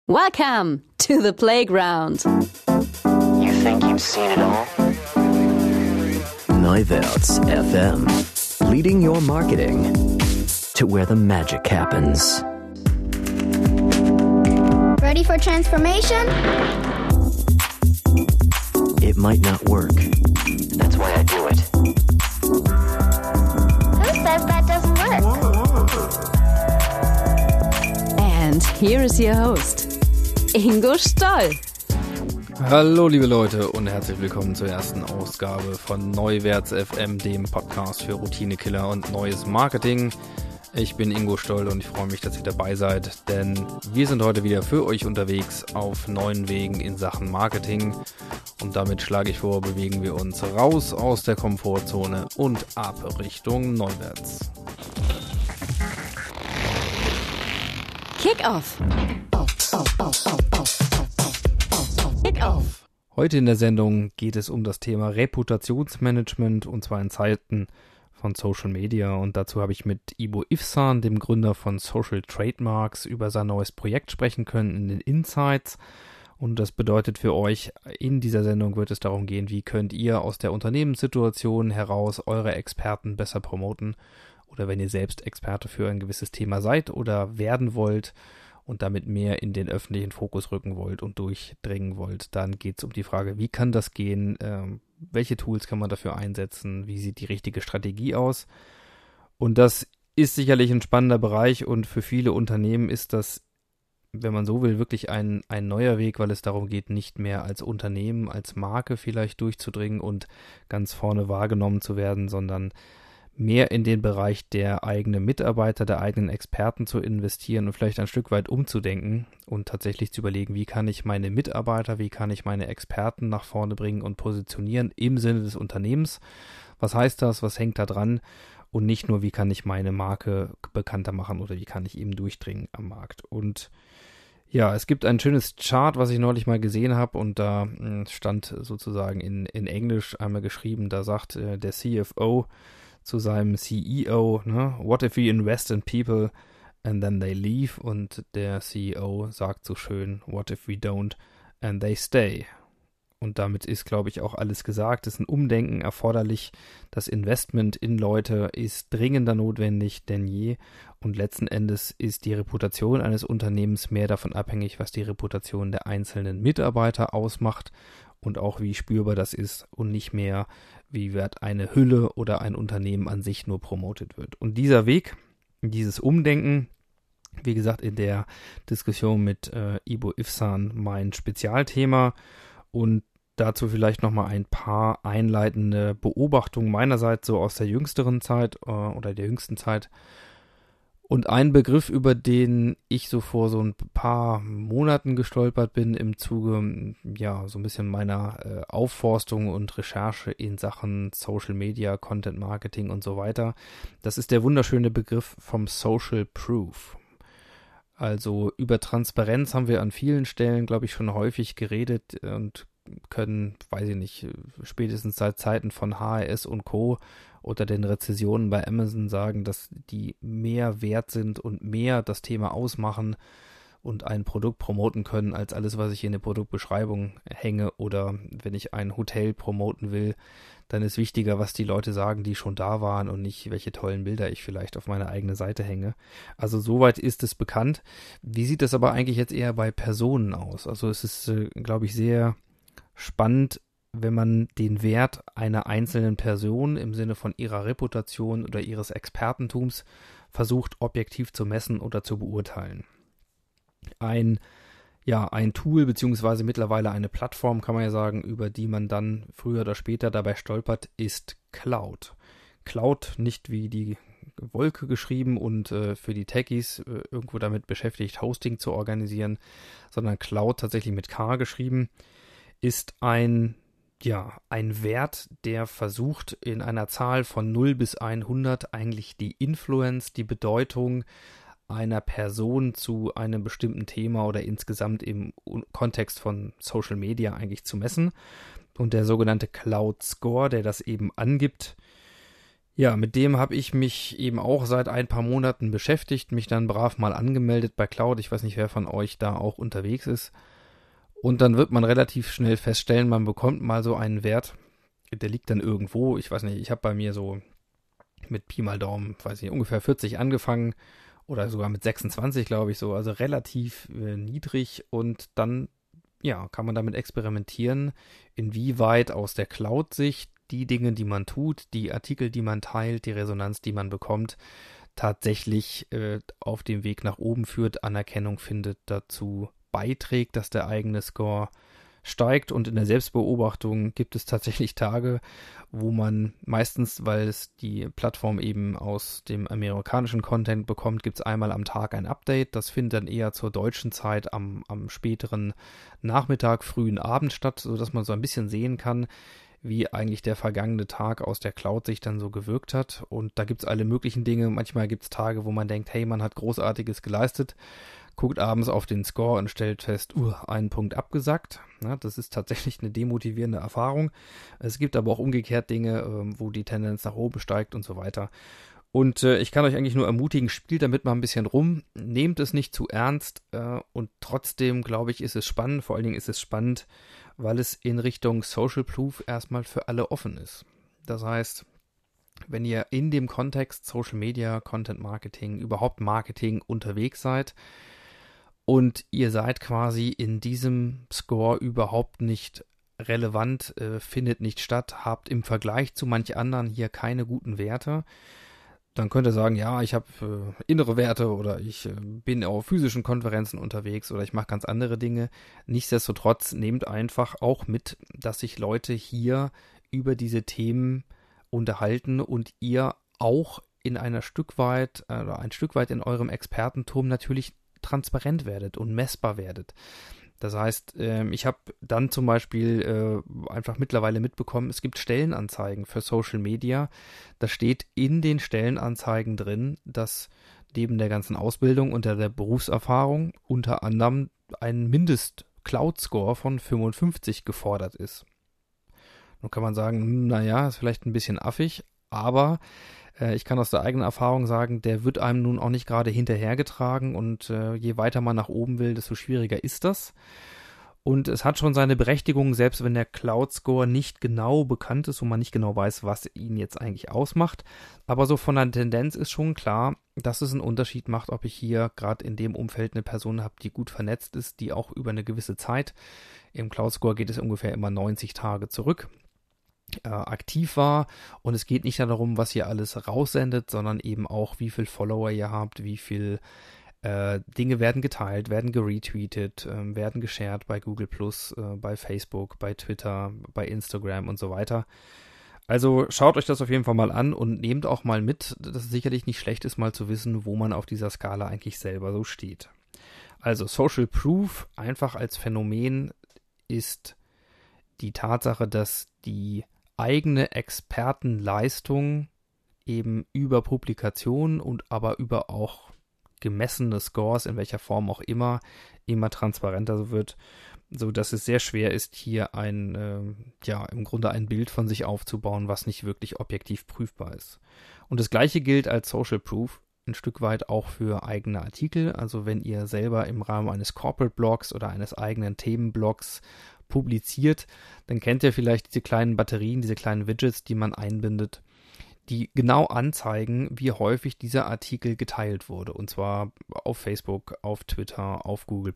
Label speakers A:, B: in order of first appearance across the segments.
A: Welcome to the playground.
B: You think you've seen it all?
C: Neuwärts FM. Leading your marketing to where the magic happens.
D: Ready for transformation?
C: It might not work.
B: That's why I do it.
D: Who says that doesn't work?
A: And here is your host, Ingo Stoll.
E: Hallo liebe Leute und herzlich willkommen zur ersten Ausgabe von Neuwärts FM, dem Podcast für Routinekiller und neues Marketing. Ich bin Ingo Stoll und ich freue mich, dass ihr dabei seid, denn wir sind heute wieder für euch unterwegs auf neuen Wegen in Sachen Marketing. Und damit schlage ich vor, bewegen wir uns raus aus der Komfortzone und ab Richtung Neuwärts.
A: Kick-Off. Kick-Off.
E: Heute in der Sendung geht es um das Thema Reputationsmanagement und zwar in Zeiten von Social Media. Und dazu habe ich mit Ibo Ifsan, dem Gründer von Social Trademarks, über sein neues Projekt sprechen können in den Insights. Und das bedeutet für euch, in dieser Sendung wird es darum gehen, wie könnt ihr aus der Unternehmenssituation heraus eure Experten besser promoten oder wenn ihr selbst Experte für ein gewisses Thema seid oder werden wollt und damit mehr in den öffentlichen Fokus rücken wollt und durchdringen wollt, dann geht es um die Frage, wie kann das gehen, welche Tools kann man dafür einsetzen, wie sieht die richtige Strategie aus. Und das ist sicherlich ein spannender Bereich und für viele Unternehmen ist das, wenn man so will, wirklich ein neuer Weg, weil es darum geht, nicht mehr als Unternehmen, als Marke vielleicht durchzudringen und ganz vorne wahrgenommen zu werden, sondern mehr in den Bereich der eigenen Mitarbeiter, der eigenen Experten zu investieren und vielleicht ein Stück weit umzudenken und tatsächlich zu überlegen, wie kann ich meine Mitarbeiter, wie kann ich meine Experten nach vorne bringen und positionieren im Sinne des Unternehmens. Was heißt das? Was hängt da dran? Und nicht nur, wie kann ich meine Marke bekannter machen oder wie kann ich eben durchdringen am Markt. Und ja, es gibt ein schönes Chart, was ich neulich mal gesehen habe und da stand sozusagen in Englisch einmal geschrieben, da sagt der CFO zu seinem CEO, ne, what if we invest in people and then they leave? Und der CEO sagt so schön, what if we don't and they stay? Und damit ist, glaube ich, auch alles gesagt. Es ist ein Umdenken erforderlich. Das Investment in Leute ist dringender notwendig denn je. Und letzten Endes ist die Reputation eines Unternehmens mehr davon abhängig, was die Reputation der einzelnen Mitarbeiter ausmacht und auch wie spürbar das ist und nicht mehr, wie wird eine Hülle oder ein Unternehmen an sich nur promotet wird. Und dieser Weg, dieses Umdenken, wie gesagt, in der Diskussion mit Ibo Ifsan mein Spezialthema. Und dazu vielleicht nochmal ein paar einleitende Beobachtungen meinerseits so aus der jüngsteren Zeit oder der jüngsten Zeit. Und ein Begriff, über den ich so vor so ein paar Monaten gestolpert bin im Zuge, ja, so ein bisschen meiner Aufforstung und Recherche in Sachen Social Media, Content Marketing und so weiter. Das ist der wunderschöne Begriff vom Social Proof. Also über Transparenz haben wir an vielen Stellen, glaube ich, schon häufig geredet und können, weiß ich nicht, spätestens seit Zeiten von HRS und Co. oder den Rezessionen bei Amazon sagen, dass die mehr wert sind und mehr das Thema ausmachen und ein Produkt promoten können, als alles, was ich in der Produktbeschreibung hänge. Oder wenn ich ein Hotel promoten will, dann ist wichtiger, was die Leute sagen, die schon da waren und nicht, welche tollen Bilder ich vielleicht auf meine eigene Seite hänge. Also soweit ist es bekannt. Wie sieht es aber eigentlich jetzt eher bei Personen aus? Also es ist, glaube ich, sehr spannend, wenn man den Wert einer einzelnen Person im Sinne von ihrer Reputation oder ihres Expertentums versucht, objektiv zu messen oder zu beurteilen. Ein Tool beziehungsweise mittlerweile eine Plattform, kann man ja sagen, über die man dann früher oder später dabei stolpert, ist Cloud. Cloud nicht wie die Wolke geschrieben und für die Techies irgendwo damit beschäftigt, Hosting zu organisieren, sondern Cloud tatsächlich mit K geschrieben, ist ein Wert, der versucht, in einer Zahl von 0 bis 100 eigentlich die Influence, die Bedeutung einer Person zu einem bestimmten Thema oder insgesamt im Kontext von Social Media eigentlich zu messen. Und der sogenannte Cloud Score, der das eben angibt, Ja, mit dem habe ich mich eben auch seit ein paar Monaten beschäftigt, mich dann brav mal angemeldet bei Cloud. Ich weiß nicht, wer von euch da auch unterwegs ist. Und dann wird man relativ schnell feststellen, man bekommt mal so einen Wert, der liegt dann irgendwo, ich weiß nicht, ich habe bei mir so mit Pi mal Daumen, weiß nicht, ungefähr 40 angefangen oder sogar mit 26, glaube ich so, also relativ niedrig und dann, ja, kann man damit experimentieren, inwieweit aus der Cloud-Sicht die Dinge, die man tut, die Artikel, die man teilt, die Resonanz, die man bekommt, tatsächlich auf dem Weg nach oben führt, Anerkennung findet, dazu beiträgt, dass der eigene Score steigt. Und in der Selbstbeobachtung gibt es tatsächlich Tage, wo man meistens, weil es die Plattform eben aus dem amerikanischen Content bekommt, gibt es einmal am Tag ein Update. Das findet dann eher zur deutschen Zeit am späteren Nachmittag, frühen Abend statt, sodass man so ein bisschen sehen kann, wie eigentlich der vergangene Tag aus der Cloud sich dann so gewirkt hat. Und da gibt es alle möglichen Dinge. Manchmal gibt es Tage, wo man denkt, hey, man hat Großartiges geleistet, guckt abends auf den Score und stellt fest, einen Punkt abgesackt. Ja, das ist tatsächlich eine demotivierende Erfahrung. Es gibt aber auch umgekehrt Dinge, wo die Tendenz nach oben steigt und so weiter. Und ich kann euch eigentlich nur ermutigen, spielt damit mal ein bisschen rum, nehmt es nicht zu ernst und trotzdem, glaube ich, ist es spannend. Vor allen Dingen ist es spannend, weil es in Richtung Social Proof erstmal für alle offen ist. Das heißt, wenn ihr in dem Kontext Social Media, Content Marketing, überhaupt Marketing unterwegs seid und ihr seid quasi in diesem Score überhaupt nicht relevant, findet nicht statt, habt im Vergleich zu manch anderen hier keine guten Werte, dann könnt ihr sagen, ja, ich habe innere Werte oder ich bin auf physischen Konferenzen unterwegs oder ich mache ganz andere Dinge. Nichtsdestotrotz nehmt einfach auch mit, dass sich Leute hier über diese Themen unterhalten und ihr auch in einer ein Stück weit in eurem Expertentum natürlich transparent werdet und messbar werdet. Das heißt, ich habe dann zum Beispiel einfach mittlerweile mitbekommen, es gibt Stellenanzeigen für Social Media. Da steht in den Stellenanzeigen drin, dass neben der ganzen Ausbildung und der Berufserfahrung unter anderem ein Mindest-Cloud-Score von 55 gefordert ist. Nun kann man sagen, naja, ist vielleicht ein bisschen affig, aber ich kann aus der eigenen Erfahrung sagen, der wird einem nun auch nicht gerade hinterhergetragen und je weiter man nach oben will, desto schwieriger ist das. Und es hat schon seine Berechtigung, selbst wenn der Cloud-Score nicht genau bekannt ist und man nicht genau weiß, was ihn jetzt eigentlich ausmacht. Aber so von der Tendenz ist schon klar, dass es einen Unterschied macht, ob ich hier gerade in dem Umfeld eine Person habe, die gut vernetzt ist, die auch über eine gewisse Zeit, im Cloud-Score geht es ungefähr immer 90 Tage zurück, aktiv war, und es geht nicht darum, was ihr alles raussendet, sondern eben auch, wie viel Follower ihr habt, wie viel Dinge werden geteilt, werden geretweetet, werden geshared bei Google+, bei Facebook, bei Twitter, bei Instagram und so weiter. Also schaut euch das auf jeden Fall mal an und nehmt auch mal mit, dass es sicherlich nicht schlecht ist, mal zu wissen, wo man auf dieser Skala eigentlich selber so steht. Also Social Proof einfach als Phänomen ist die Tatsache, dass die eigene Expertenleistung eben über Publikationen und aber über auch gemessene Scores, in welcher Form auch immer transparenter wird, so dass es sehr schwer ist, hier im Grunde ein Bild von sich aufzubauen, was nicht wirklich objektiv prüfbar ist. Und das Gleiche gilt als Social Proof ein Stück weit auch für eigene Artikel. Also wenn ihr selber im Rahmen eines Corporate Blogs oder eines eigenen Themenblogs publiziert, dann kennt ihr vielleicht diese kleinen Batterien, diese kleinen Widgets, die man einbindet, die genau anzeigen, wie häufig dieser Artikel geteilt wurde. Und zwar auf Facebook, auf Twitter, auf Google+,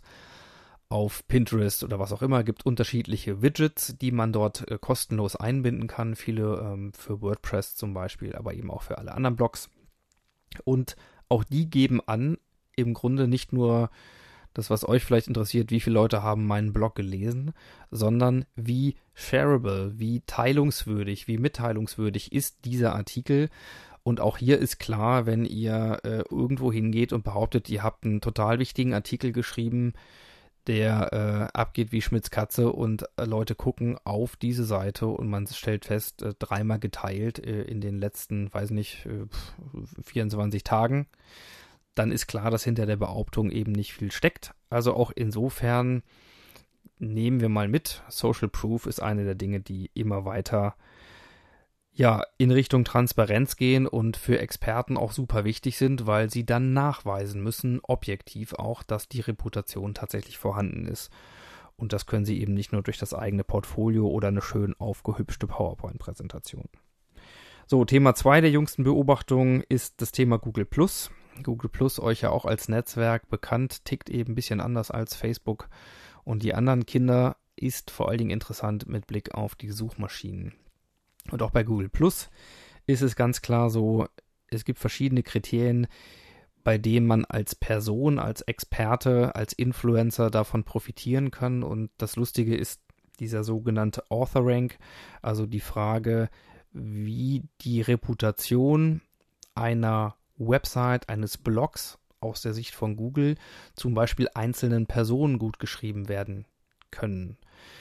E: auf Pinterest oder was auch immer. Es gibt unterschiedliche Widgets, die man dort kostenlos einbinden kann. Viele für WordPress zum Beispiel, aber eben auch für alle anderen Blogs. Und auch die geben an, im Grunde nicht nur das, was euch vielleicht interessiert, wie viele Leute haben meinen Blog gelesen, sondern wie shareable, wie teilungswürdig, wie mitteilungswürdig ist dieser Artikel. Und auch hier ist klar, wenn ihr irgendwo hingeht und behauptet, ihr habt einen total wichtigen Artikel geschrieben, der abgeht wie Schmitz Katze und Leute gucken auf diese Seite und man stellt fest, 3-mal geteilt in den letzten, 24 Tagen, dann ist klar, dass hinter der Behauptung eben nicht viel steckt. Also auch insofern nehmen wir mal mit, Social Proof ist eine der Dinge, die immer weiter in Richtung Transparenz gehen und für Experten auch super wichtig sind, weil sie dann nachweisen müssen, objektiv auch, dass die Reputation tatsächlich vorhanden ist. Und das können sie eben nicht nur durch das eigene Portfolio oder eine schön aufgehübschte PowerPoint-Präsentation. So, Thema 2 der jüngsten Beobachtungen ist das Thema Google+. Google+, euch ja auch als Netzwerk bekannt, tickt eben ein bisschen anders als Facebook und die anderen Kinder, ist vor allen Dingen interessant mit Blick auf die Suchmaschinen. Und auch bei Google+ ist es ganz klar so, es gibt verschiedene Kriterien, bei denen man als Person, als Experte, als Influencer davon profitieren kann. Und das Lustige ist dieser sogenannte Author Rank, also die Frage, wie die Reputation einer Website, eines Blogs aus der Sicht von Google zum Beispiel einzelnen Personen gut geschrieben werden können.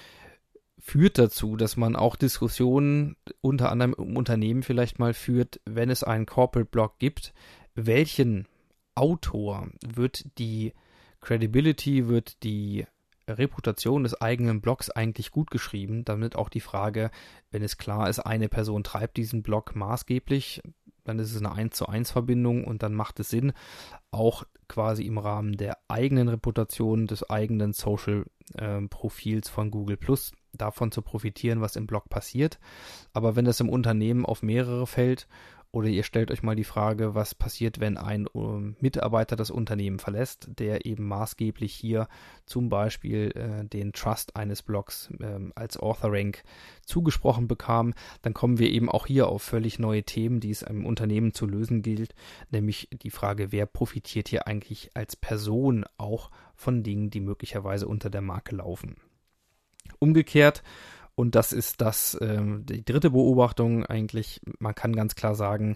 E: Führt dazu, dass man auch Diskussionen unter anderem im Unternehmen vielleicht mal führt, wenn es einen Corporate-Blog gibt, welchen Autor wird die Credibility, wird die Reputation des eigenen Blogs eigentlich gut geschrieben, damit auch die Frage, wenn es klar ist, eine Person treibt diesen Blog maßgeblich, dann ist es eine 1:1 Verbindung und dann macht es Sinn, auch quasi im Rahmen der eigenen Reputation, des eigenen Social-Profils von Google Plus davon zu profitieren, was im Blog passiert. Aber wenn das im Unternehmen auf mehrere fällt, oder ihr stellt euch mal die Frage, was passiert, wenn ein Mitarbeiter das Unternehmen verlässt, der eben maßgeblich hier zum Beispiel den Trust eines Blogs als Author Rank zugesprochen bekam, dann kommen wir eben auch hier auf völlig neue Themen, die es im Unternehmen zu lösen gilt, nämlich die Frage, wer profitiert hier eigentlich als Person auch von Dingen, die möglicherweise unter der Marke laufen. Umgekehrt, und das ist die dritte Beobachtung eigentlich, man kann ganz klar sagen,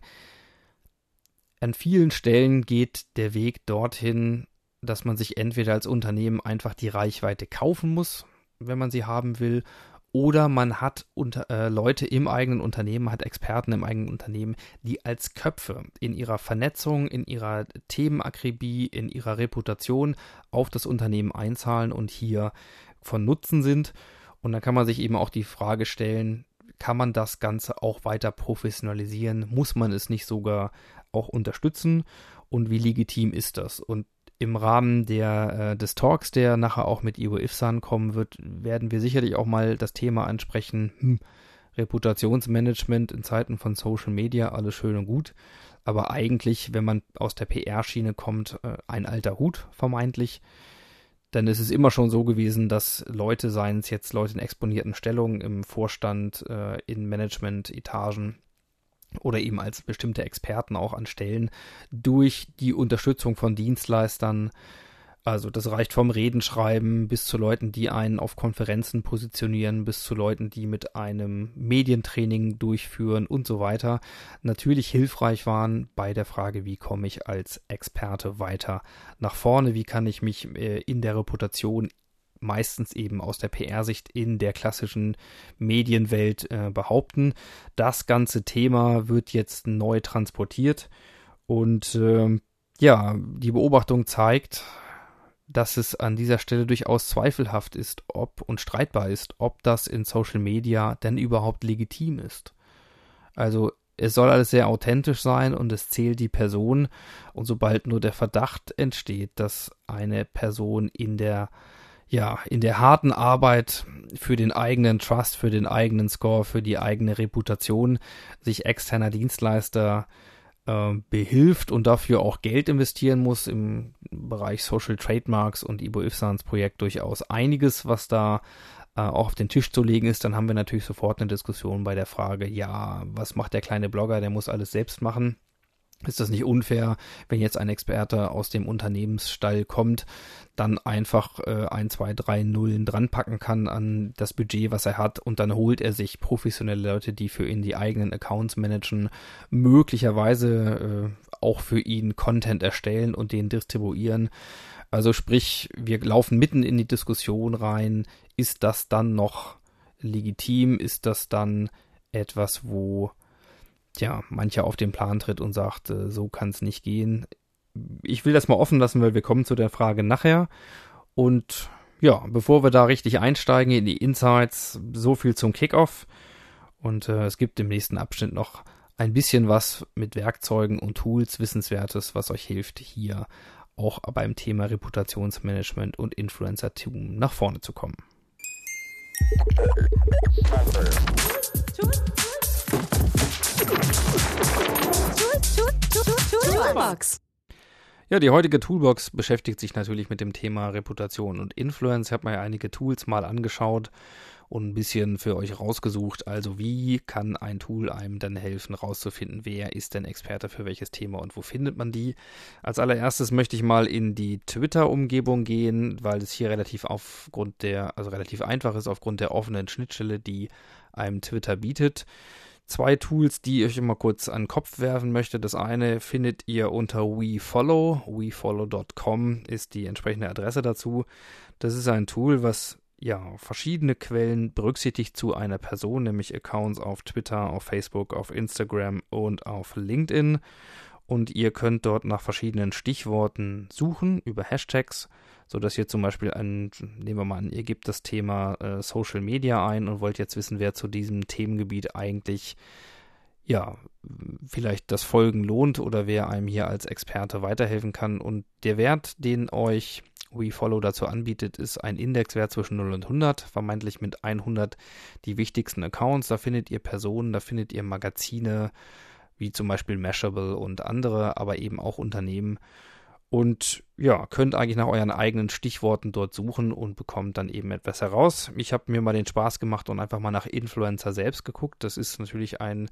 E: an vielen Stellen geht der Weg dorthin, dass man sich entweder als Unternehmen einfach die Reichweite kaufen muss, wenn man sie haben will, oder man hat Leute im eigenen Unternehmen, hat Experten im eigenen Unternehmen, die als Köpfe in ihrer Vernetzung, in ihrer Themenakribie, in ihrer Reputation auf das Unternehmen einzahlen und hier von Nutzen sind. Und dann kann man sich eben auch die Frage stellen, kann man das Ganze auch weiter professionalisieren? Muss man es nicht sogar auch unterstützen? Und wie legitim ist das? Und im Rahmen des Talks, der nachher auch mit Ivo Ifsan kommen wird, werden wir sicherlich auch mal das Thema ansprechen, Reputationsmanagement in Zeiten von Social Media, alles schön und gut. Aber eigentlich, wenn man aus der PR-Schiene kommt, ein alter Hut vermeintlich. Denn es ist immer schon so gewesen, dass Leute, seien es jetzt Leute in exponierten Stellungen im Vorstand, in Management-Etagen oder eben als bestimmte Experten auch an Stellen, durch die Unterstützung von Dienstleistern, also das reicht vom Redenschreiben bis zu Leuten, die einen auf Konferenzen positionieren, bis zu Leuten, die mit einem Medientraining durchführen und so weiter, natürlich hilfreich waren bei der Frage, wie komme ich als Experte weiter nach vorne, wie kann ich mich in der Reputation meistens eben aus der PR-Sicht in der klassischen Medienwelt behaupten. Das ganze Thema wird jetzt neu transportiert und die Beobachtung zeigt, dass es an dieser Stelle durchaus zweifelhaft ist, und streitbar ist, ob das in Social Media denn überhaupt legitim ist. Also es soll alles sehr authentisch sein und es zählt die Person, und sobald nur der Verdacht entsteht, dass eine Person in der harten Arbeit für den eigenen Trust, für den eigenen Score, für die eigene Reputation sich externer Dienstleister behilft und dafür auch Geld investieren muss, im Bereich Social Trademarks und Ivo Ifsans Projekt durchaus einiges, was da auch auf den Tisch zu legen ist, dann haben wir natürlich sofort eine Diskussion bei der Frage, was macht der kleine Blogger, der muss alles selbst machen. Ist das nicht unfair, wenn jetzt ein Experte aus dem Unternehmensstall kommt, dann einfach 1, 2, 3 Nullen dran packen kann an das Budget, was er hat, und dann holt er sich professionelle Leute, die für ihn die eigenen Accounts managen, möglicherweise auch für ihn Content erstellen und den distribuieren. Also sprich, wir laufen mitten in die Diskussion rein, ist das dann noch legitim, ist das dann etwas, wo mancher auf den Plan tritt und sagt, so kann es nicht gehen. Ich will das mal offen lassen, weil wir kommen zu der Frage nachher. Und bevor wir da richtig einsteigen in die Insights, so viel zum Kickoff. Und es gibt im nächsten Abschnitt noch ein bisschen was mit Werkzeugen und Tools, Wissenswertes, was euch hilft, hier auch beim Thema Reputationsmanagement und Influencertum nach vorne zu kommen.
A: Toolbox.
E: Ja, die heutige Toolbox beschäftigt sich natürlich mit dem Thema Reputation und Influence. Ich habe mir einige Tools mal angeschaut und ein bisschen für euch rausgesucht. Also wie kann ein Tool einem dann helfen, rauszufinden, wer ist denn Experte für welches Thema und wo findet man die? Als allererstes möchte ich mal in die Twitter-Umgebung gehen, weil es hier relativ einfach ist aufgrund der offenen Schnittstelle, die einem Twitter bietet. 2 Tools, die ich euch mal kurz an den Kopf werfen möchte. Das eine findet ihr unter WeFollow. WeFollow.com ist die entsprechende Adresse dazu. Das ist ein Tool, was verschiedene Quellen berücksichtigt zu einer Person, nämlich Accounts auf Twitter, auf Facebook, auf Instagram und auf LinkedIn. Und ihr könnt dort nach verschiedenen Stichworten suchen über Hashtags, sodass ihr zum Beispiel nehmen wir mal an, ihr gebt das Thema Social Media ein und wollt jetzt wissen, wer zu diesem Themengebiet eigentlich vielleicht das Folgen lohnt oder wer einem hier als Experte weiterhelfen kann. Und der Wert, den euch WeFollow dazu anbietet, ist ein Indexwert zwischen 0 und 100, vermeintlich mit 100 die wichtigsten Accounts. Da findet ihr Personen, da findet ihr Magazine, wie zum Beispiel Mashable und andere, aber eben auch Unternehmen. Und könnt eigentlich nach euren eigenen Stichworten dort suchen und bekommt dann eben etwas heraus. Ich habe mir mal den Spaß gemacht und einfach mal nach Influencer selbst geguckt. Das ist natürlich ein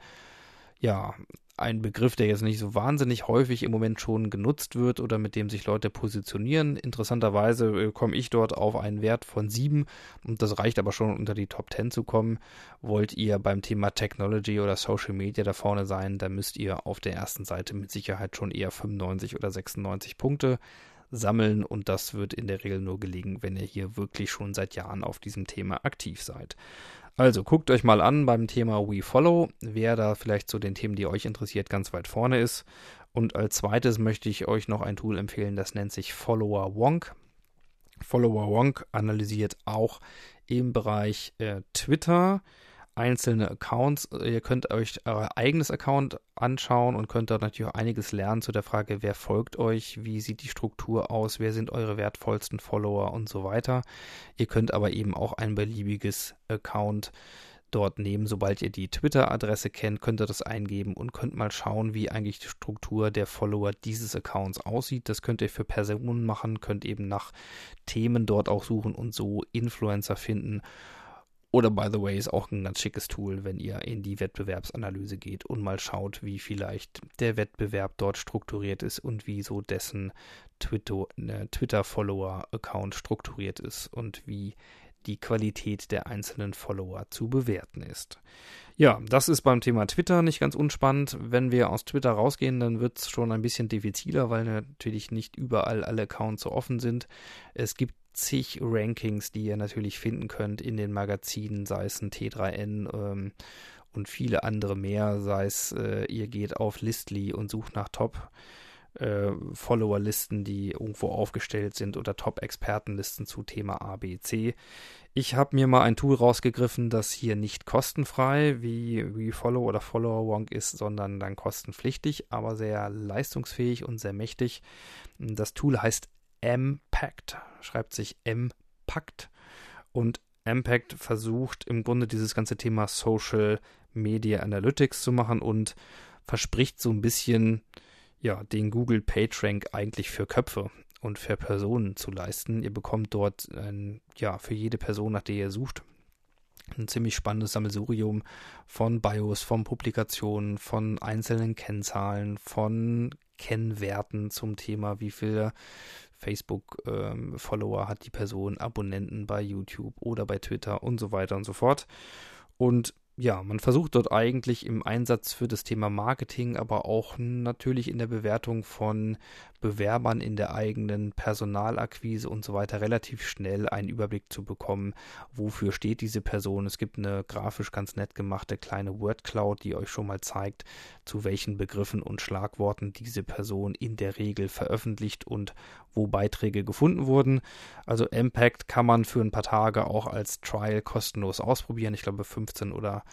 E: Begriff, der jetzt nicht so wahnsinnig häufig im Moment schon genutzt wird oder mit dem sich Leute positionieren. Interessanterweise komme ich dort auf einen Wert von 7 und das reicht aber schon, unter die Top 10 zu kommen. Wollt ihr beim Thema Technology oder Social Media da vorne sein, dann müsst ihr auf der ersten Seite mit Sicherheit schon eher 95 oder 96 Punkte sammeln und das wird in der Regel nur gelingen, wenn ihr hier wirklich schon seit Jahren auf diesem Thema aktiv seid. Also guckt euch mal an beim Thema WeFollow, wer da vielleicht zu den Themen, die euch interessiert, ganz weit vorne ist. Und als zweites möchte ich euch noch ein Tool empfehlen, das nennt sich FollowerWonk. FollowerWonk analysiert auch im Bereich Twitter einzelne Accounts. Ihr könnt euch euer eigenes Account anschauen und könnt dort natürlich auch einiges lernen zu der Frage, wer folgt euch, wie sieht die Struktur aus, wer sind eure wertvollsten Follower und so weiter. Ihr könnt aber eben auch ein beliebiges Account dort nehmen. Sobald ihr die Twitter-Adresse kennt, könnt ihr das eingeben und könnt mal schauen, wie eigentlich die Struktur der Follower dieses Accounts aussieht. Das könnt ihr für Personen machen, könnt eben nach Themen dort auch suchen und so Influencer finden. Oder by the way, ist auch ein ganz schickes Tool, wenn ihr in die Wettbewerbsanalyse geht und mal schaut, wie vielleicht der Wettbewerb dort strukturiert ist und wie so dessen Twitter-Follower-Account strukturiert ist und wie die Qualität der einzelnen Follower zu bewerten ist. Ja, das ist beim Thema Twitter nicht ganz unspannend. Wenn wir aus Twitter rausgehen, dann wird es schon ein bisschen diffiziler, weil natürlich nicht überall alle Accounts so offen sind. Es gibt zig Rankings, die ihr natürlich finden könnt in den Magazinen, sei es ein T3N und viele andere mehr, sei es ihr geht auf Listly und sucht nach Top-Follower-Listen, die irgendwo aufgestellt sind oder Top-Expertenlisten zu Thema A, B, C. Ich habe mir mal ein Tool rausgegriffen, das hier nicht kostenfrei wie Follow oder FollowerWonk ist, sondern dann kostenpflichtig, aber sehr leistungsfähig und sehr mächtig. Das Tool heißt Impact, schreibt sich Impact und Impact versucht im Grunde dieses ganze Thema Social Media Analytics zu machen und verspricht so ein bisschen den Google PageRank eigentlich für Köpfe und für Personen zu leisten. Ihr bekommt dort für jede Person, nach der ihr sucht, ein ziemlich spannendes Sammelsurium von Bios, von Publikationen, von einzelnen Kennzahlen, von Kennwerten zum Thema, wie viele Facebook-Follower hat die Person, Abonnenten bei YouTube oder bei Twitter und so weiter und so fort. Und man versucht dort eigentlich im Einsatz für das Thema Marketing, aber auch natürlich in der Bewertung von Bewerbern in der eigenen Personalakquise und so weiter relativ schnell einen Überblick zu bekommen, wofür steht diese Person. Es gibt eine grafisch ganz nett gemachte kleine Wordcloud, die euch schon mal zeigt, zu welchen Begriffen und Schlagworten diese Person in der Regel veröffentlicht und wo Beiträge gefunden wurden. Also Impact kann man für ein paar Tage auch als Trial kostenlos ausprobieren. Ich glaube 15 oder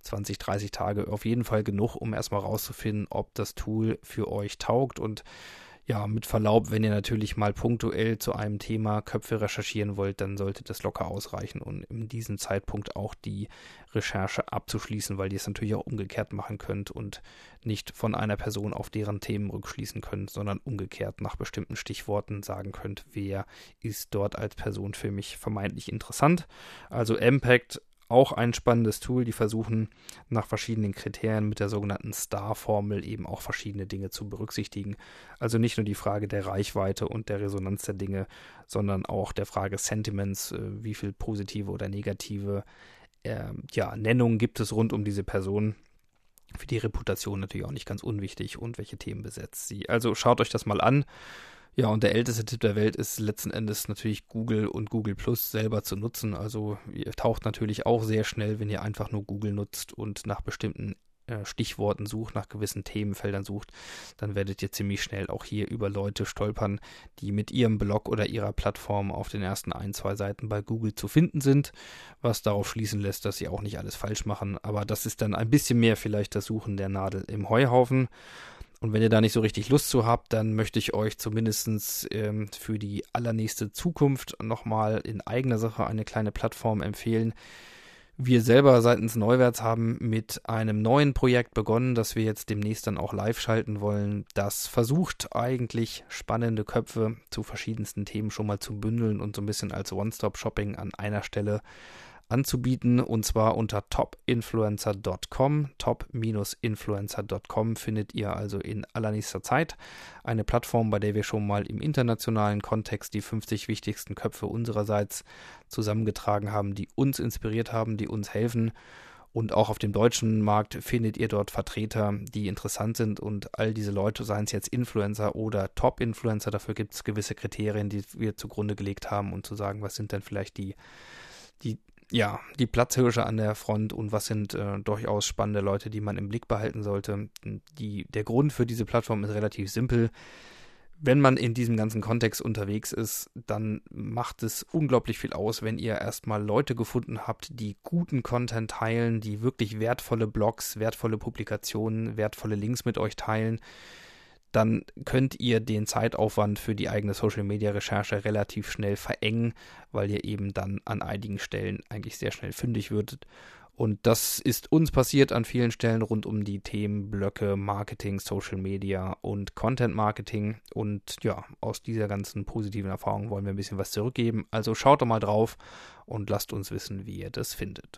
E: 20, 30 Tage auf jeden Fall genug, um erstmal rauszufinden, ob das Tool für euch taugt. Und ja, mit Verlaub, wenn ihr natürlich mal punktuell zu einem Thema Köpfe recherchieren wollt, dann sollte das locker ausreichen, um in diesem Zeitpunkt auch die Recherche abzuschließen, weil ihr es natürlich auch umgekehrt machen könnt und nicht von einer Person auf deren Themen rückschließen könnt, sondern umgekehrt nach bestimmten Stichworten sagen könnt, wer ist dort als Person für mich vermeintlich interessant. Also Impact, auch ein spannendes Tool, die versuchen nach verschiedenen Kriterien mit der sogenannten Star-Formel eben auch verschiedene Dinge zu berücksichtigen. Also nicht nur die Frage der Reichweite und der Resonanz der Dinge, sondern auch der Frage Sentiments, wie viel positive oder negative Nennungen gibt es rund um diese Person. Für die Reputation natürlich auch nicht ganz unwichtig und welche Themen besetzt sie. Also schaut euch das mal an. Ja, und der älteste Tipp der Welt ist letzten Endes natürlich Google und Google Plus selber zu nutzen. Also ihr taucht natürlich auch sehr schnell, wenn ihr einfach nur Google nutzt und nach bestimmten Stichworten sucht, nach gewissen Themenfeldern sucht, dann werdet ihr ziemlich schnell auch hier über Leute stolpern, die mit ihrem Blog oder ihrer Plattform auf den ersten 1-2 Seiten bei Google zu finden sind, was darauf schließen lässt, dass sie auch nicht alles falsch machen. Aber das ist dann ein bisschen mehr vielleicht das Suchen der Nadel im Heuhaufen. Und wenn ihr da nicht so richtig Lust zu habt, dann möchte ich euch zumindest für die allernächste Zukunft nochmal in eigener Sache eine kleine Plattform empfehlen. Wir selber seitens Neuwärts haben mit einem neuen Projekt begonnen, das wir jetzt demnächst dann auch live schalten wollen. Das versucht eigentlich spannende Köpfe zu verschiedensten Themen schon mal zu bündeln und so ein bisschen als One-Stop-Shopping an einer Stelle anzubieten, und zwar unter topinfluencer.com. Top-influencer.com findet ihr also in allernächster Zeit eine Plattform, bei der wir schon mal im internationalen Kontext die 50 wichtigsten Köpfe unsererseits zusammengetragen haben, die uns inspiriert haben, die uns helfen. Und auch auf dem deutschen Markt findet ihr dort Vertreter, die interessant sind, und all diese Leute, seien es jetzt Influencer oder Top-Influencer, dafür gibt es gewisse Kriterien, die wir zugrunde gelegt haben, um zu sagen, was sind denn vielleicht die Platzhirsche an der Front und was sind durchaus spannende Leute, die man im Blick behalten sollte. Der Grund für diese Plattform ist relativ simpel. Wenn man in diesem ganzen Kontext unterwegs ist, dann macht es unglaublich viel aus, wenn ihr erstmal Leute gefunden habt, die guten Content teilen, die wirklich wertvolle Blogs, wertvolle Publikationen, wertvolle Links mit euch teilen. Dann könnt ihr den Zeitaufwand für die eigene Social-Media-Recherche relativ schnell verengen, weil ihr eben dann an einigen Stellen eigentlich sehr schnell fündig würdet. Und das ist uns passiert an vielen Stellen rund um die Themenblöcke Marketing, Social Media und Content Marketing. Und ja, aus dieser ganzen positiven Erfahrung wollen wir ein bisschen was zurückgeben. Also schaut doch mal drauf und lasst uns wissen, wie ihr das findet.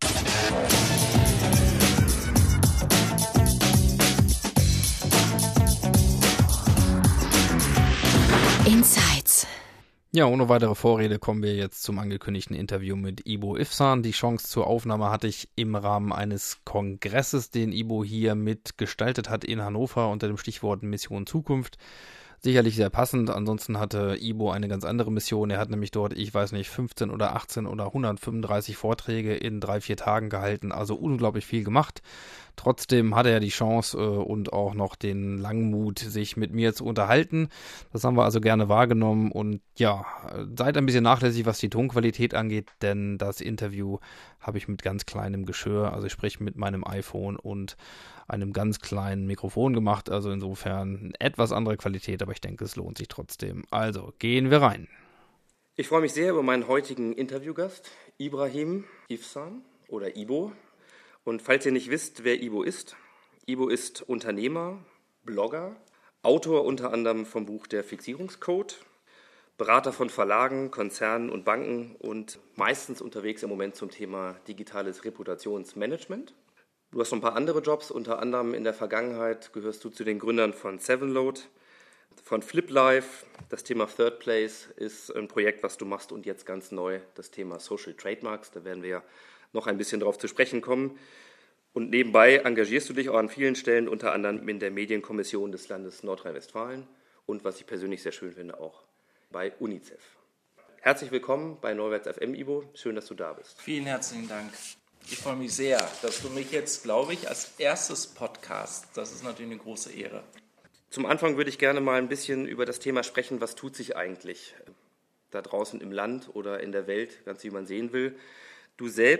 A: Insights.
E: Ja, ohne weitere Vorrede kommen wir jetzt zum angekündigten Interview mit Ibo Ifsan. Die Chance zur Aufnahme hatte ich im Rahmen eines Kongresses, den Ibo hier mitgestaltet hat in Hannover unter dem Stichwort Mission Zukunft. Sicherlich sehr passend, ansonsten hatte Ibo eine ganz andere Mission. Er hat nämlich dort, 15 oder 18 oder 135 Vorträge in 3-4 Tagen gehalten, also unglaublich viel gemacht. Trotzdem hatte er die Chance und auch noch den Langmut, sich mit mir zu unterhalten. Das haben wir also gerne wahrgenommen und ja, seid ein bisschen nachlässig, was die Tonqualität angeht, denn das Interview habe ich mit ganz kleinem Geschirr, also ich spreche mit meinem iPhone und einem ganz kleinen Mikrofon gemacht, also insofern etwas andere Qualität, aber ich denke, es lohnt sich trotzdem. Also, gehen wir rein. Ich freue mich sehr über meinen heutigen Interviewgast, Ibrahim Ifsan oder Ibo. Und falls ihr nicht wisst, wer Ibo ist Unternehmer, Blogger, Autor unter anderem vom Buch Der Fixierungscode, Berater von Verlagen, Konzernen und Banken und meistens unterwegs im Moment zum Thema digitales Reputationsmanagement. Du hast noch ein paar andere Jobs, unter anderem in der Vergangenheit gehörst du zu den Gründern von Sevenload, von FlipLife. Das Thema Third Place ist ein Projekt, was du machst, und jetzt ganz neu das Thema Social Trademarks. Da werden wir noch ein bisschen drauf zu sprechen kommen. Und nebenbei engagierst du dich auch an vielen Stellen, unter anderem in der Medienkommission des Landes Nordrhein-Westfalen und, was ich persönlich sehr schön finde, auch bei UNICEF. Herzlich willkommen bei Neuwärts FM, Ibo. Schön, dass du da bist.
F: Vielen herzlichen Dank. Ich freue mich sehr, dass du mich jetzt, glaube ich, als erstes Podcast, das ist natürlich eine große Ehre.
E: Zum Anfang würde ich gerne mal ein bisschen über das Thema sprechen, was tut sich eigentlich da draußen im Land oder in der Welt, ganz wie man sehen will. Du selbst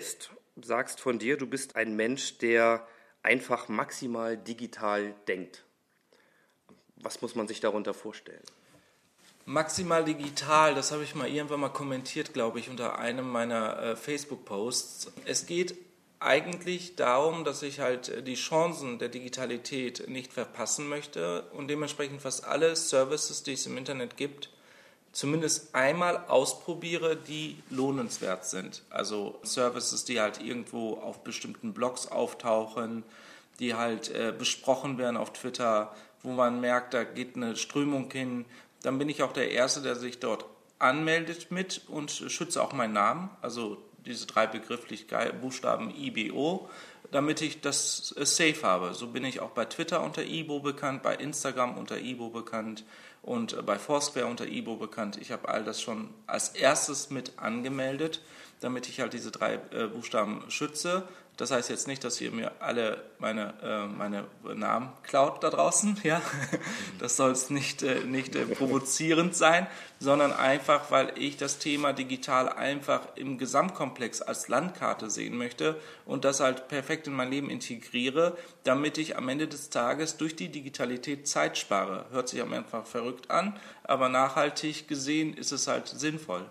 G: sagst von dir, du bist ein Mensch, der einfach maximal digital denkt. Was muss man sich darunter vorstellen?
F: Maximal digital, das habe ich mal irgendwann mal kommentiert, glaube ich, unter einem meiner Facebook-Posts. Es geht eigentlich darum, dass ich halt die Chancen der Digitalität nicht verpassen möchte und dementsprechend fast alle Services, die es im Internet gibt, zumindest einmal ausprobiere, die lohnenswert sind. Also Services, die halt irgendwo auf bestimmten Blogs auftauchen, die halt besprochen werden auf Twitter, wo man merkt, da geht eine Strömung hin. Dann bin ich auch der Erste, der sich dort anmeldet mit und schütze auch meinen Namen, also diese 3 Buchstaben IBO, damit ich das safe habe. So bin ich auch bei Twitter unter IBO bekannt, bei Instagram unter IBO bekannt und bei Foursquare unter IBO bekannt. Ich habe all das schon als erstes mit angemeldet, damit ich halt diese 3 Buchstaben schütze. Das heißt jetzt nicht, dass ihr mir alle meine Namen klaut da draußen, ja. Das soll es nicht provozierend sein, sondern einfach, weil ich das Thema digital einfach im Gesamtkomplex als Landkarte sehen möchte und das halt perfekt in mein Leben integriere, damit ich am Ende des Tages durch die Digitalität Zeit spare. Hört sich am Anfang verrückt an, aber nachhaltig gesehen ist es halt sinnvoll.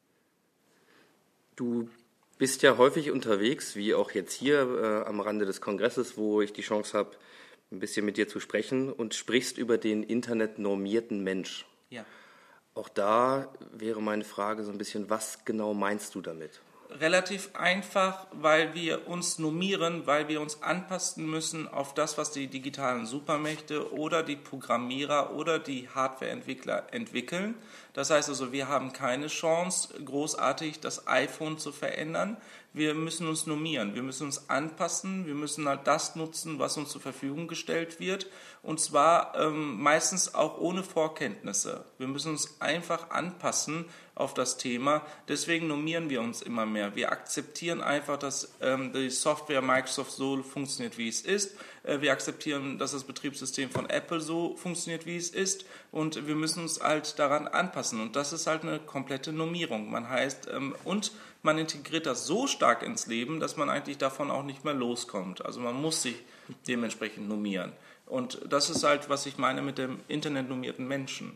G: Du bist ja häufig unterwegs, wie auch jetzt hier am Rande des Kongresses, wo ich die Chance habe, ein bisschen mit dir zu sprechen und sprichst über den internetnormierten Mensch.
F: Ja.
G: Auch da wäre meine Frage so ein bisschen, was genau meinst du damit?
F: Relativ einfach, weil wir uns normieren, weil wir uns anpassen müssen auf das, was die digitalen Supermächte oder die Programmierer oder die Hardwareentwickler entwickeln. Das heißt also, wir haben keine Chance, großartig das iPhone zu verändern. Wir müssen uns normieren, wir müssen uns anpassen, wir müssen halt das nutzen, was uns zur Verfügung gestellt wird. Und zwar meistens auch ohne Vorkenntnisse. Wir müssen uns einfach anpassen auf das Thema. Deswegen normieren wir uns immer mehr. Wir akzeptieren einfach, dass die Software Microsoft so funktioniert, wie es ist. Wir akzeptieren, dass das Betriebssystem von Apple so funktioniert, wie es ist. Und wir müssen uns halt daran anpassen. Und das ist halt eine komplette Normierung. Und man integriert das so stark ins Leben, dass man eigentlich davon auch nicht mehr loskommt. Also man muss sich dementsprechend normieren. Und das ist halt, was ich meine mit dem internetnormierten Menschen.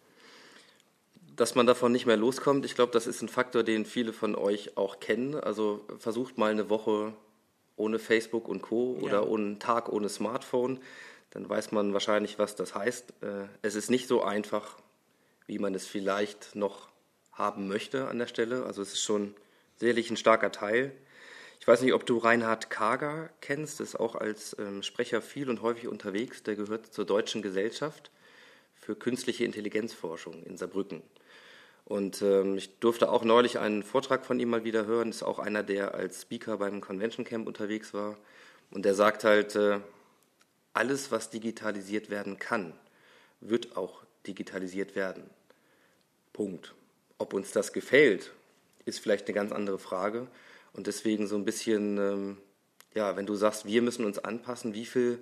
G: Dass man davon nicht mehr loskommt, ich glaube, das ist ein Faktor, den viele von euch auch kennen. Also versucht mal eine Woche ohne Facebook und Co. oder einen Tag ohne Smartphone, dann weiß man wahrscheinlich, was das heißt. Es ist nicht so einfach, wie man es vielleicht noch haben möchte an der Stelle. Also es ist schon sicherlich ein starker Teil. Ich weiß nicht, ob du Reinhard Kager kennst, ist auch als Sprecher viel und häufig unterwegs. Der gehört zur Deutschen Gesellschaft für künstliche Intelligenzforschung in Saarbrücken. Und ich durfte auch neulich einen Vortrag von ihm mal wieder hören. Ist auch einer, der als Speaker beim Convention Camp unterwegs war. Und der sagt halt, alles, was digitalisiert werden kann, wird auch digitalisiert werden. Punkt. Ob uns das gefällt, ist vielleicht eine ganz andere Frage. Und deswegen so ein bisschen, wenn du sagst, wir müssen uns anpassen, wie viel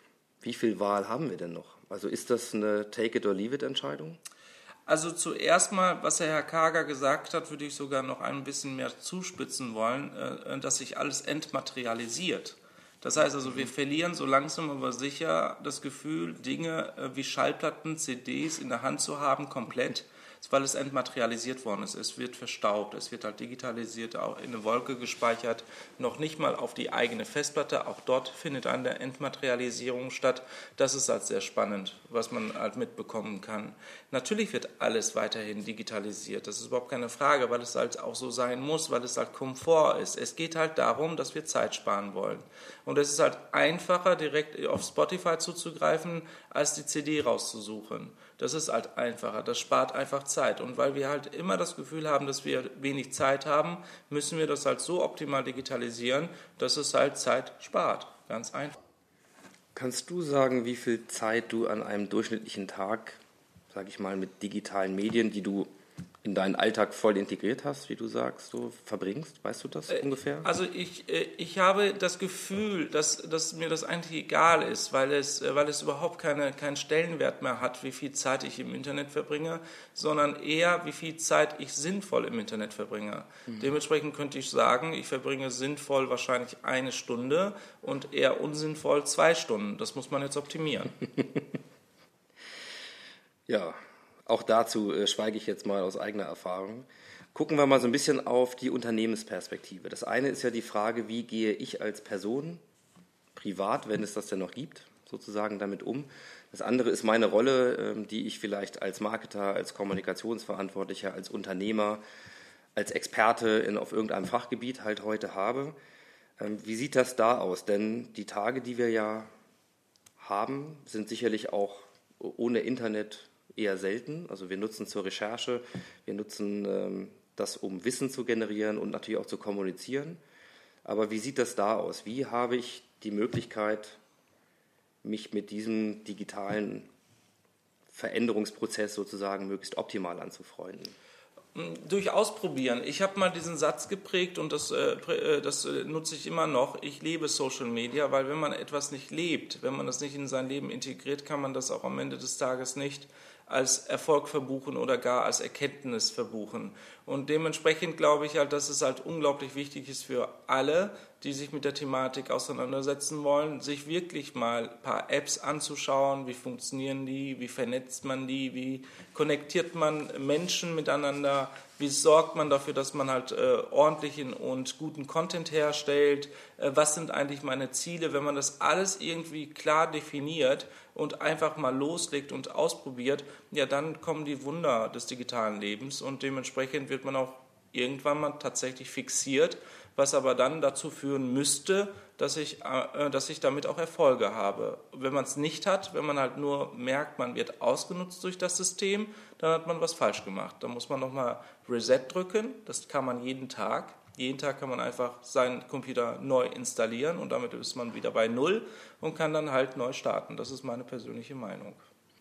G: Wahl haben wir denn noch? Also ist das eine Take-it-or-leave-it-Entscheidung?
F: Also zuerst mal, was der Herr Kager gesagt hat, würde ich sogar noch ein bisschen mehr zuspitzen wollen, dass sich alles entmaterialisiert. Das heißt also, wir verlieren so langsam aber sicher das Gefühl, Dinge wie Schallplatten, CDs in der Hand zu haben, komplett, weil es entmaterialisiert worden ist. Es wird verstaubt, es wird halt digitalisiert, auch in eine Wolke gespeichert, noch nicht mal auf die eigene Festplatte. Auch dort findet eine Entmaterialisierung statt. Das ist halt sehr spannend, was man halt mitbekommen kann. Natürlich wird alles weiterhin digitalisiert, das ist überhaupt keine Frage, weil es halt auch so sein muss, weil es halt Komfort ist. Es geht halt darum, dass wir Zeit sparen wollen. Und es ist halt einfacher, direkt auf Spotify zuzugreifen, als die CD rauszusuchen. Das ist halt einfacher, das spart einfach Zeit. Und weil wir halt immer das Gefühl haben, dass wir wenig Zeit haben, müssen wir das halt so optimal digitalisieren, dass es halt Zeit spart. Ganz einfach.
G: Kannst du sagen, wie viel Zeit du an einem durchschnittlichen Tag, sage ich mal, mit digitalen Medien, die du in deinen Alltag voll integriert hast, wie du sagst, so verbringst? Weißt du das ungefähr?
F: Also ich habe das Gefühl, dass mir das eigentlich egal ist, weil es überhaupt keinen Stellenwert mehr hat, wie viel Zeit ich im Internet verbringe, sondern eher, wie viel Zeit ich sinnvoll im Internet verbringe. Dementsprechend könnte ich sagen, ich verbringe sinnvoll wahrscheinlich 1 Stunde und eher unsinnvoll 2 Stunden. Das muss man jetzt optimieren.
G: Ja, auch dazu schweige ich jetzt mal aus eigener Erfahrung. Gucken wir mal so ein bisschen auf die Unternehmensperspektive. Das eine ist ja die Frage, wie gehe ich als Person, privat, wenn es das denn noch gibt, sozusagen damit um. Das andere ist meine Rolle, die ich vielleicht als Marketer, als Kommunikationsverantwortlicher, als Unternehmer, als Experte auf irgendeinem Fachgebiet halt heute habe. Wie sieht das da aus? Denn die Tage, die wir ja haben, sind sicherlich auch ohne Internet eher selten. Also wir nutzen es zur Recherche, wir nutzen das, um Wissen zu generieren und natürlich auch zu kommunizieren. Aber wie sieht das da aus? Wie habe ich die Möglichkeit, mich mit diesem digitalen Veränderungsprozess sozusagen möglichst optimal anzufreunden?
F: Durch Ausprobieren. Ich habe mal diesen Satz geprägt und das nutze ich immer noch. Ich lebe Social Media, weil wenn man etwas nicht lebt, wenn man das nicht in sein Leben integriert, kann man das auch am Ende des Tages nicht als Erfolg verbuchen oder gar als Erkenntnis verbuchen. Und dementsprechend glaube ich halt, dass es halt unglaublich wichtig ist für alle, die sich mit der Thematik auseinandersetzen wollen, sich wirklich mal ein paar Apps anzuschauen, wie funktionieren die, wie vernetzt man die, wie konnektiert man Menschen miteinander, wie sorgt man dafür, dass man halt ordentlichen und guten Content herstellt, was sind eigentlich meine Ziele, wenn man das alles irgendwie klar definiert und einfach mal loslegt und ausprobiert, ja, dann kommen die Wunder des digitalen Lebens und dementsprechend wird man auch irgendwann mal tatsächlich fixiert, was aber dann dazu führen müsste, dass ich damit auch Erfolge habe. Wenn man es nicht hat, wenn man halt nur merkt, man wird ausgenutzt durch das System, dann hat man was falsch gemacht. Da muss man nochmal Reset drücken, das kann man jeden Tag. Jeden Tag kann man einfach seinen Computer neu installieren und damit ist man wieder bei Null und kann dann halt neu starten. Das ist meine persönliche Meinung.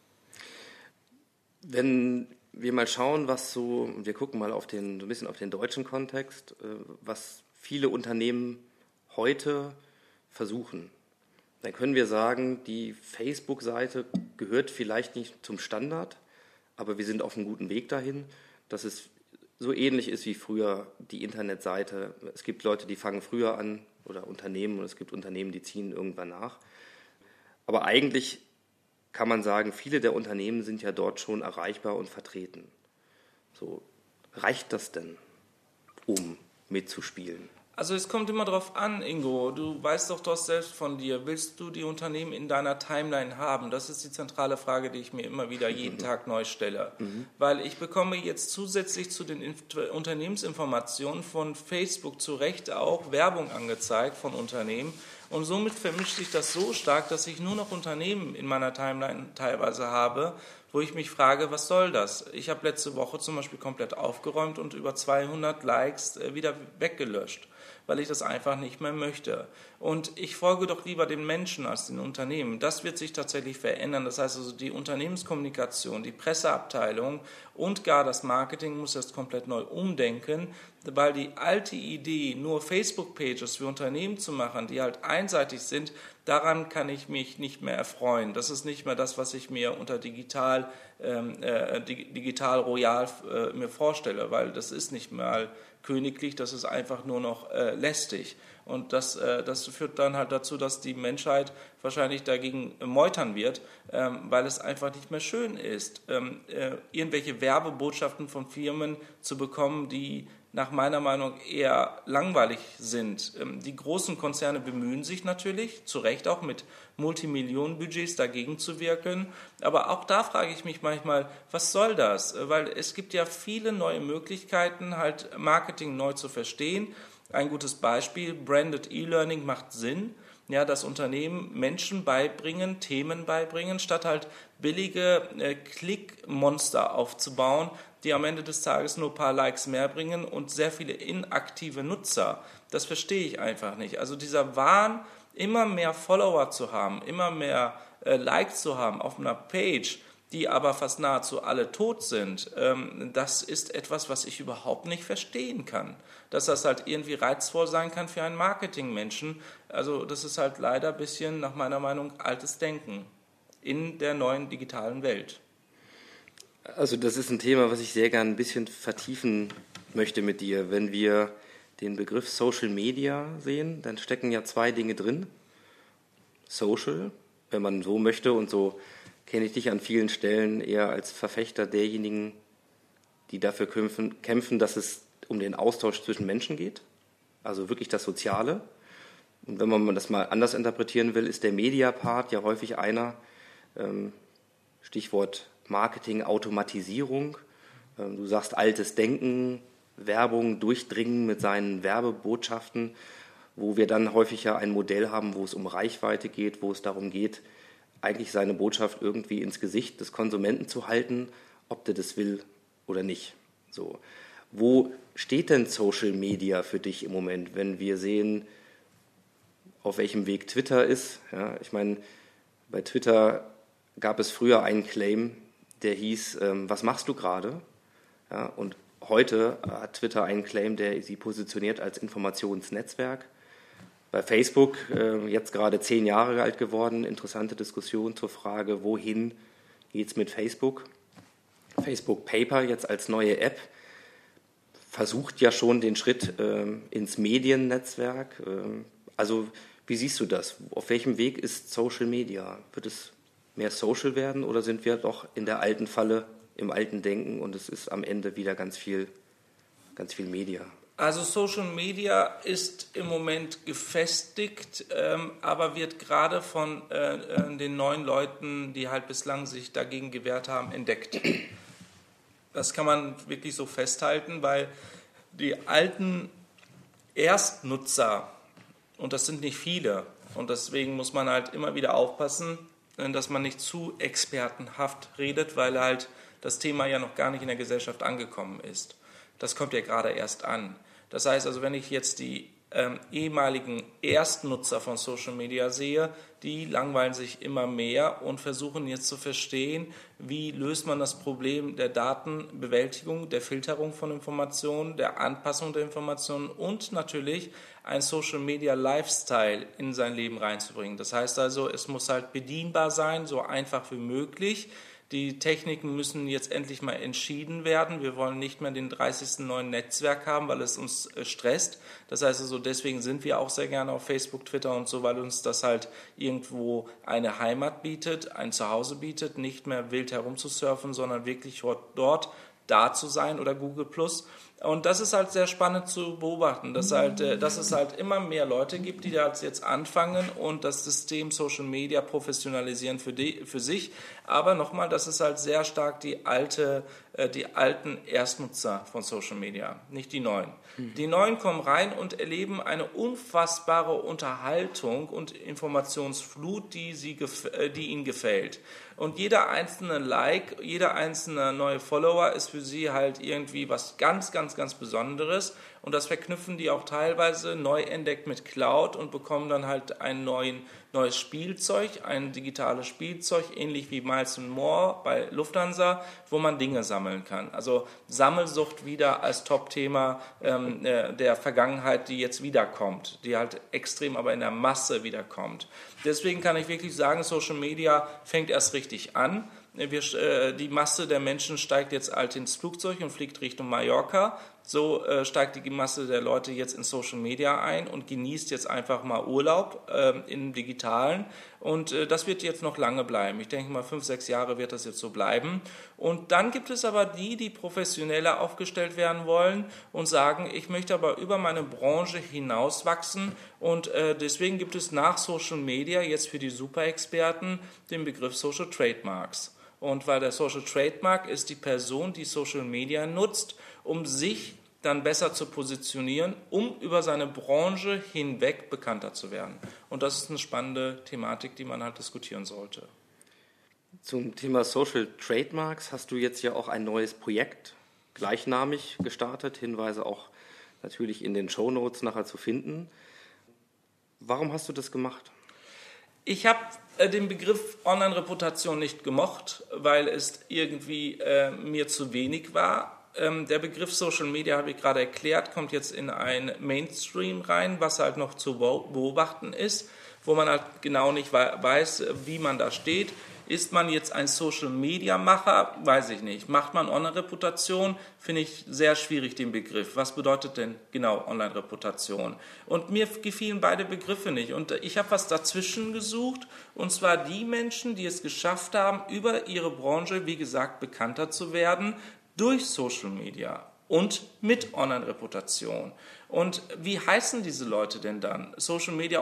G: Wenn wir mal schauen, wir gucken mal so ein bisschen auf den deutschen Kontext, was viele Unternehmen heute versuchen, dann können wir sagen, die Facebook-Seite gehört vielleicht nicht zum Standard, aber wir sind auf einem guten Weg dahin, dass es so ähnlich ist wie früher die Internetseite. Es gibt Leute, die fangen früher an oder Unternehmen und es gibt Unternehmen, die ziehen irgendwann nach. Aber eigentlich kann man sagen, viele der Unternehmen sind ja dort schon erreichbar und vertreten. So, reicht das denn, um mitzuspielen?
F: Also es kommt immer darauf an, Ingo, du weißt doch das selbst von dir, willst du die Unternehmen in deiner Timeline haben? Das ist die zentrale Frage, die ich mir immer wieder jeden Tag neu stelle. Weil ich bekomme jetzt zusätzlich zu den Unternehmensinformationen von Facebook zu Recht auch Werbung angezeigt von Unternehmen und somit vermischt sich das so stark, dass ich nur noch Unternehmen in meiner Timeline teilweise habe, wo ich mich frage, was soll das? Ich habe letzte Woche zum Beispiel komplett aufgeräumt und über 200 Likes wieder weggelöscht, weil ich das einfach nicht mehr möchte. Und ich folge doch lieber den Menschen als den Unternehmen. Das wird sich tatsächlich verändern. Das heißt also, die Unternehmenskommunikation, die Presseabteilung und gar das Marketing muss jetzt komplett neu umdenken, weil die alte Idee, nur Facebook-Pages für Unternehmen zu machen, die halt einseitig sind, daran kann ich mich nicht mehr erfreuen. Das ist nicht mehr das, was ich mir unter digital royal mir vorstelle, weil das ist nicht mal königlich, das ist einfach nur noch lästig. Und das führt dann halt dazu, dass die Menschheit wahrscheinlich dagegen meutern wird, weil es einfach nicht mehr schön ist, irgendwelche Werbebotschaften von Firmen zu bekommen, die nach meiner Meinung eher langweilig sind. Die großen Konzerne bemühen sich natürlich, zu Recht auch mit Multimillionenbudgets dagegen zu wirken. Aber auch da frage ich mich manchmal, was soll das? Weil es gibt ja viele neue Möglichkeiten, halt Marketing neu zu verstehen. Ein gutes Beispiel, Branded E-Learning macht Sinn. Ja, dass Unternehmen Menschen beibringen, Themen beibringen, statt halt billige Klickmonster aufzubauen, die am Ende des Tages nur ein paar Likes mehr bringen und sehr viele inaktive Nutzer. Das verstehe ich einfach nicht. Also dieser Wahn, immer mehr Follower zu haben, immer mehr Likes zu haben auf einer Page, die aber fast nahezu alle tot sind, das ist etwas, was ich überhaupt nicht verstehen kann. Dass das halt irgendwie reizvoll sein kann für einen Marketingmenschen. Also das ist halt leider ein bisschen, nach meiner Meinung, altes Denken in der neuen digitalen Welt.
G: Also das ist ein Thema, was ich sehr gerne ein bisschen vertiefen möchte mit dir. Wenn wir den Begriff Social Media sehen, dann stecken ja 2 Dinge drin. Social, wenn man so möchte, und so kenne ich dich an vielen Stellen eher als Verfechter derjenigen, die dafür kämpfen, dass es um den Austausch zwischen Menschen geht, also wirklich das Soziale. Und wenn man das mal anders interpretieren will, ist der Media-Part ja häufig einer, Stichwort Marketing, Automatisierung. Du sagst altes Denken, Werbung, Durchdringen mit seinen Werbebotschaften, wo wir dann häufig ja ein Modell haben, wo es um Reichweite geht, wo es darum geht, eigentlich seine Botschaft irgendwie ins Gesicht des Konsumenten zu halten, ob der das will oder nicht. So. Wo steht denn Social Media für dich im Moment, wenn wir sehen, auf welchem Weg Twitter ist? Ja, ich meine, bei Twitter gab es früher einen Claim, der hieß, was machst du gerade? Ja, und heute hat Twitter einen Claim, der sie positioniert als Informationsnetzwerk. Bei Facebook, jetzt gerade 10 Jahre alt geworden, interessante Diskussion zur Frage, wohin geht es mit Facebook? Facebook Paper jetzt als neue App versucht ja schon den Schritt ins Mediennetzwerk. Also wie siehst du das? Auf welchem Weg ist Social Media? Wird es mehr Social werden oder sind wir doch in der alten Falle, im alten Denken und es ist am Ende wieder ganz viel Media?
F: Also Social Media ist im Moment gefestigt, aber wird gerade von den neuen Leuten, die halt bislang sich dagegen gewehrt haben, entdeckt. Das kann man wirklich so festhalten, weil die alten Erstnutzer, und das sind nicht viele, und deswegen muss man halt immer wieder aufpassen, dass man nicht zu expertenhaft redet, weil halt das Thema ja noch gar nicht in der Gesellschaft angekommen ist. Das kommt ja gerade erst an. Das heißt also, wenn ich jetzt die ehemaligen Erstnutzer von Social Media sehe, die langweilen sich immer mehr und versuchen jetzt zu verstehen, wie löst man das Problem der Datenbewältigung, der Filterung von Informationen, der Anpassung der Informationen und natürlich ein Social Media Lifestyle in sein Leben reinzubringen. Das heißt also, es muss halt bedienbar sein, so einfach wie möglich. Die Techniken müssen jetzt endlich mal entschieden werden. Wir wollen nicht mehr den 30. neuen Netzwerk haben, weil es uns stresst. Das heißt also, deswegen sind wir auch sehr gerne auf Facebook, Twitter und so, weil uns das halt irgendwo eine Heimat bietet, ein Zuhause bietet, nicht mehr wild herumzusurfen, sondern wirklich dort da zu sein oder Google+. Und das ist halt sehr spannend zu beobachten, dass es halt immer mehr Leute gibt, die da jetzt anfangen und das System Social Media professionalisieren für sich. Aber nochmal, das ist halt sehr stark die alten Erstnutzer von Social Media, nicht die neuen. Die neuen kommen rein und erleben eine unfassbare Unterhaltung und Informationsflut, die ihnen gefällt. Und jeder einzelne Like, jeder einzelne neue Follower ist für sie halt irgendwie was ganz, ganz, ganz Besonderes. Und das verknüpfen die auch teilweise neu entdeckt mit Cloud und bekommen dann halt ein neues Spielzeug, ein digitales Spielzeug, ähnlich wie Miles & More bei Lufthansa, wo man Dinge sammeln kann. Also Sammelsucht wieder als Top-Thema der Vergangenheit, die jetzt wiederkommt, die halt extrem aber in der Masse wiederkommt. Deswegen kann ich wirklich sagen, Social Media fängt erst richtig an. Die Masse der Menschen steigt jetzt halt ins Flugzeug und fliegt Richtung Mallorca. So steigt die Masse der Leute jetzt in Social Media ein und genießt jetzt einfach mal Urlaub im Digitalen. Und das wird jetzt noch lange bleiben. Ich denke mal 5-6 Jahre wird das jetzt so bleiben. Und dann gibt es aber die professioneller aufgestellt werden wollen und sagen, ich möchte aber über meine Branche hinauswachsen. Und deswegen gibt es nach Social Media jetzt für die Superexperten den Begriff Social Trademarks. Und weil der Social Trademark ist die Person, die Social Media nutzt, um sich dann besser zu positionieren, um über seine Branche hinweg bekannter zu werden. Und das ist eine spannende Thematik, die man halt diskutieren sollte.
G: Zum Thema Social Trademarks hast du jetzt ja auch ein neues Projekt gleichnamig gestartet, Hinweise auch natürlich in den Shownotes nachher zu finden. Warum hast du das gemacht?
F: Ich habe den Begriff Online-Reputation nicht gemocht, weil es irgendwie mir zu wenig war. Der Begriff Social Media, habe ich gerade erklärt, kommt jetzt in ein Mainstream rein, was halt noch zu beobachten ist, wo man halt genau nicht weiß, wie man da steht. Ist man jetzt ein Social-Media-Macher? Weiß ich nicht. Macht man Online-Reputation? Finde ich sehr schwierig, den Begriff. Was bedeutet denn genau Online-Reputation? Und mir gefielen beide Begriffe nicht. Und ich habe was dazwischen gesucht, und zwar die Menschen, die es geschafft haben, über ihre Branche, wie gesagt, bekannter zu werden, durch Social Media und mit Online-Reputation. Und wie heißen diese Leute denn dann? Social Media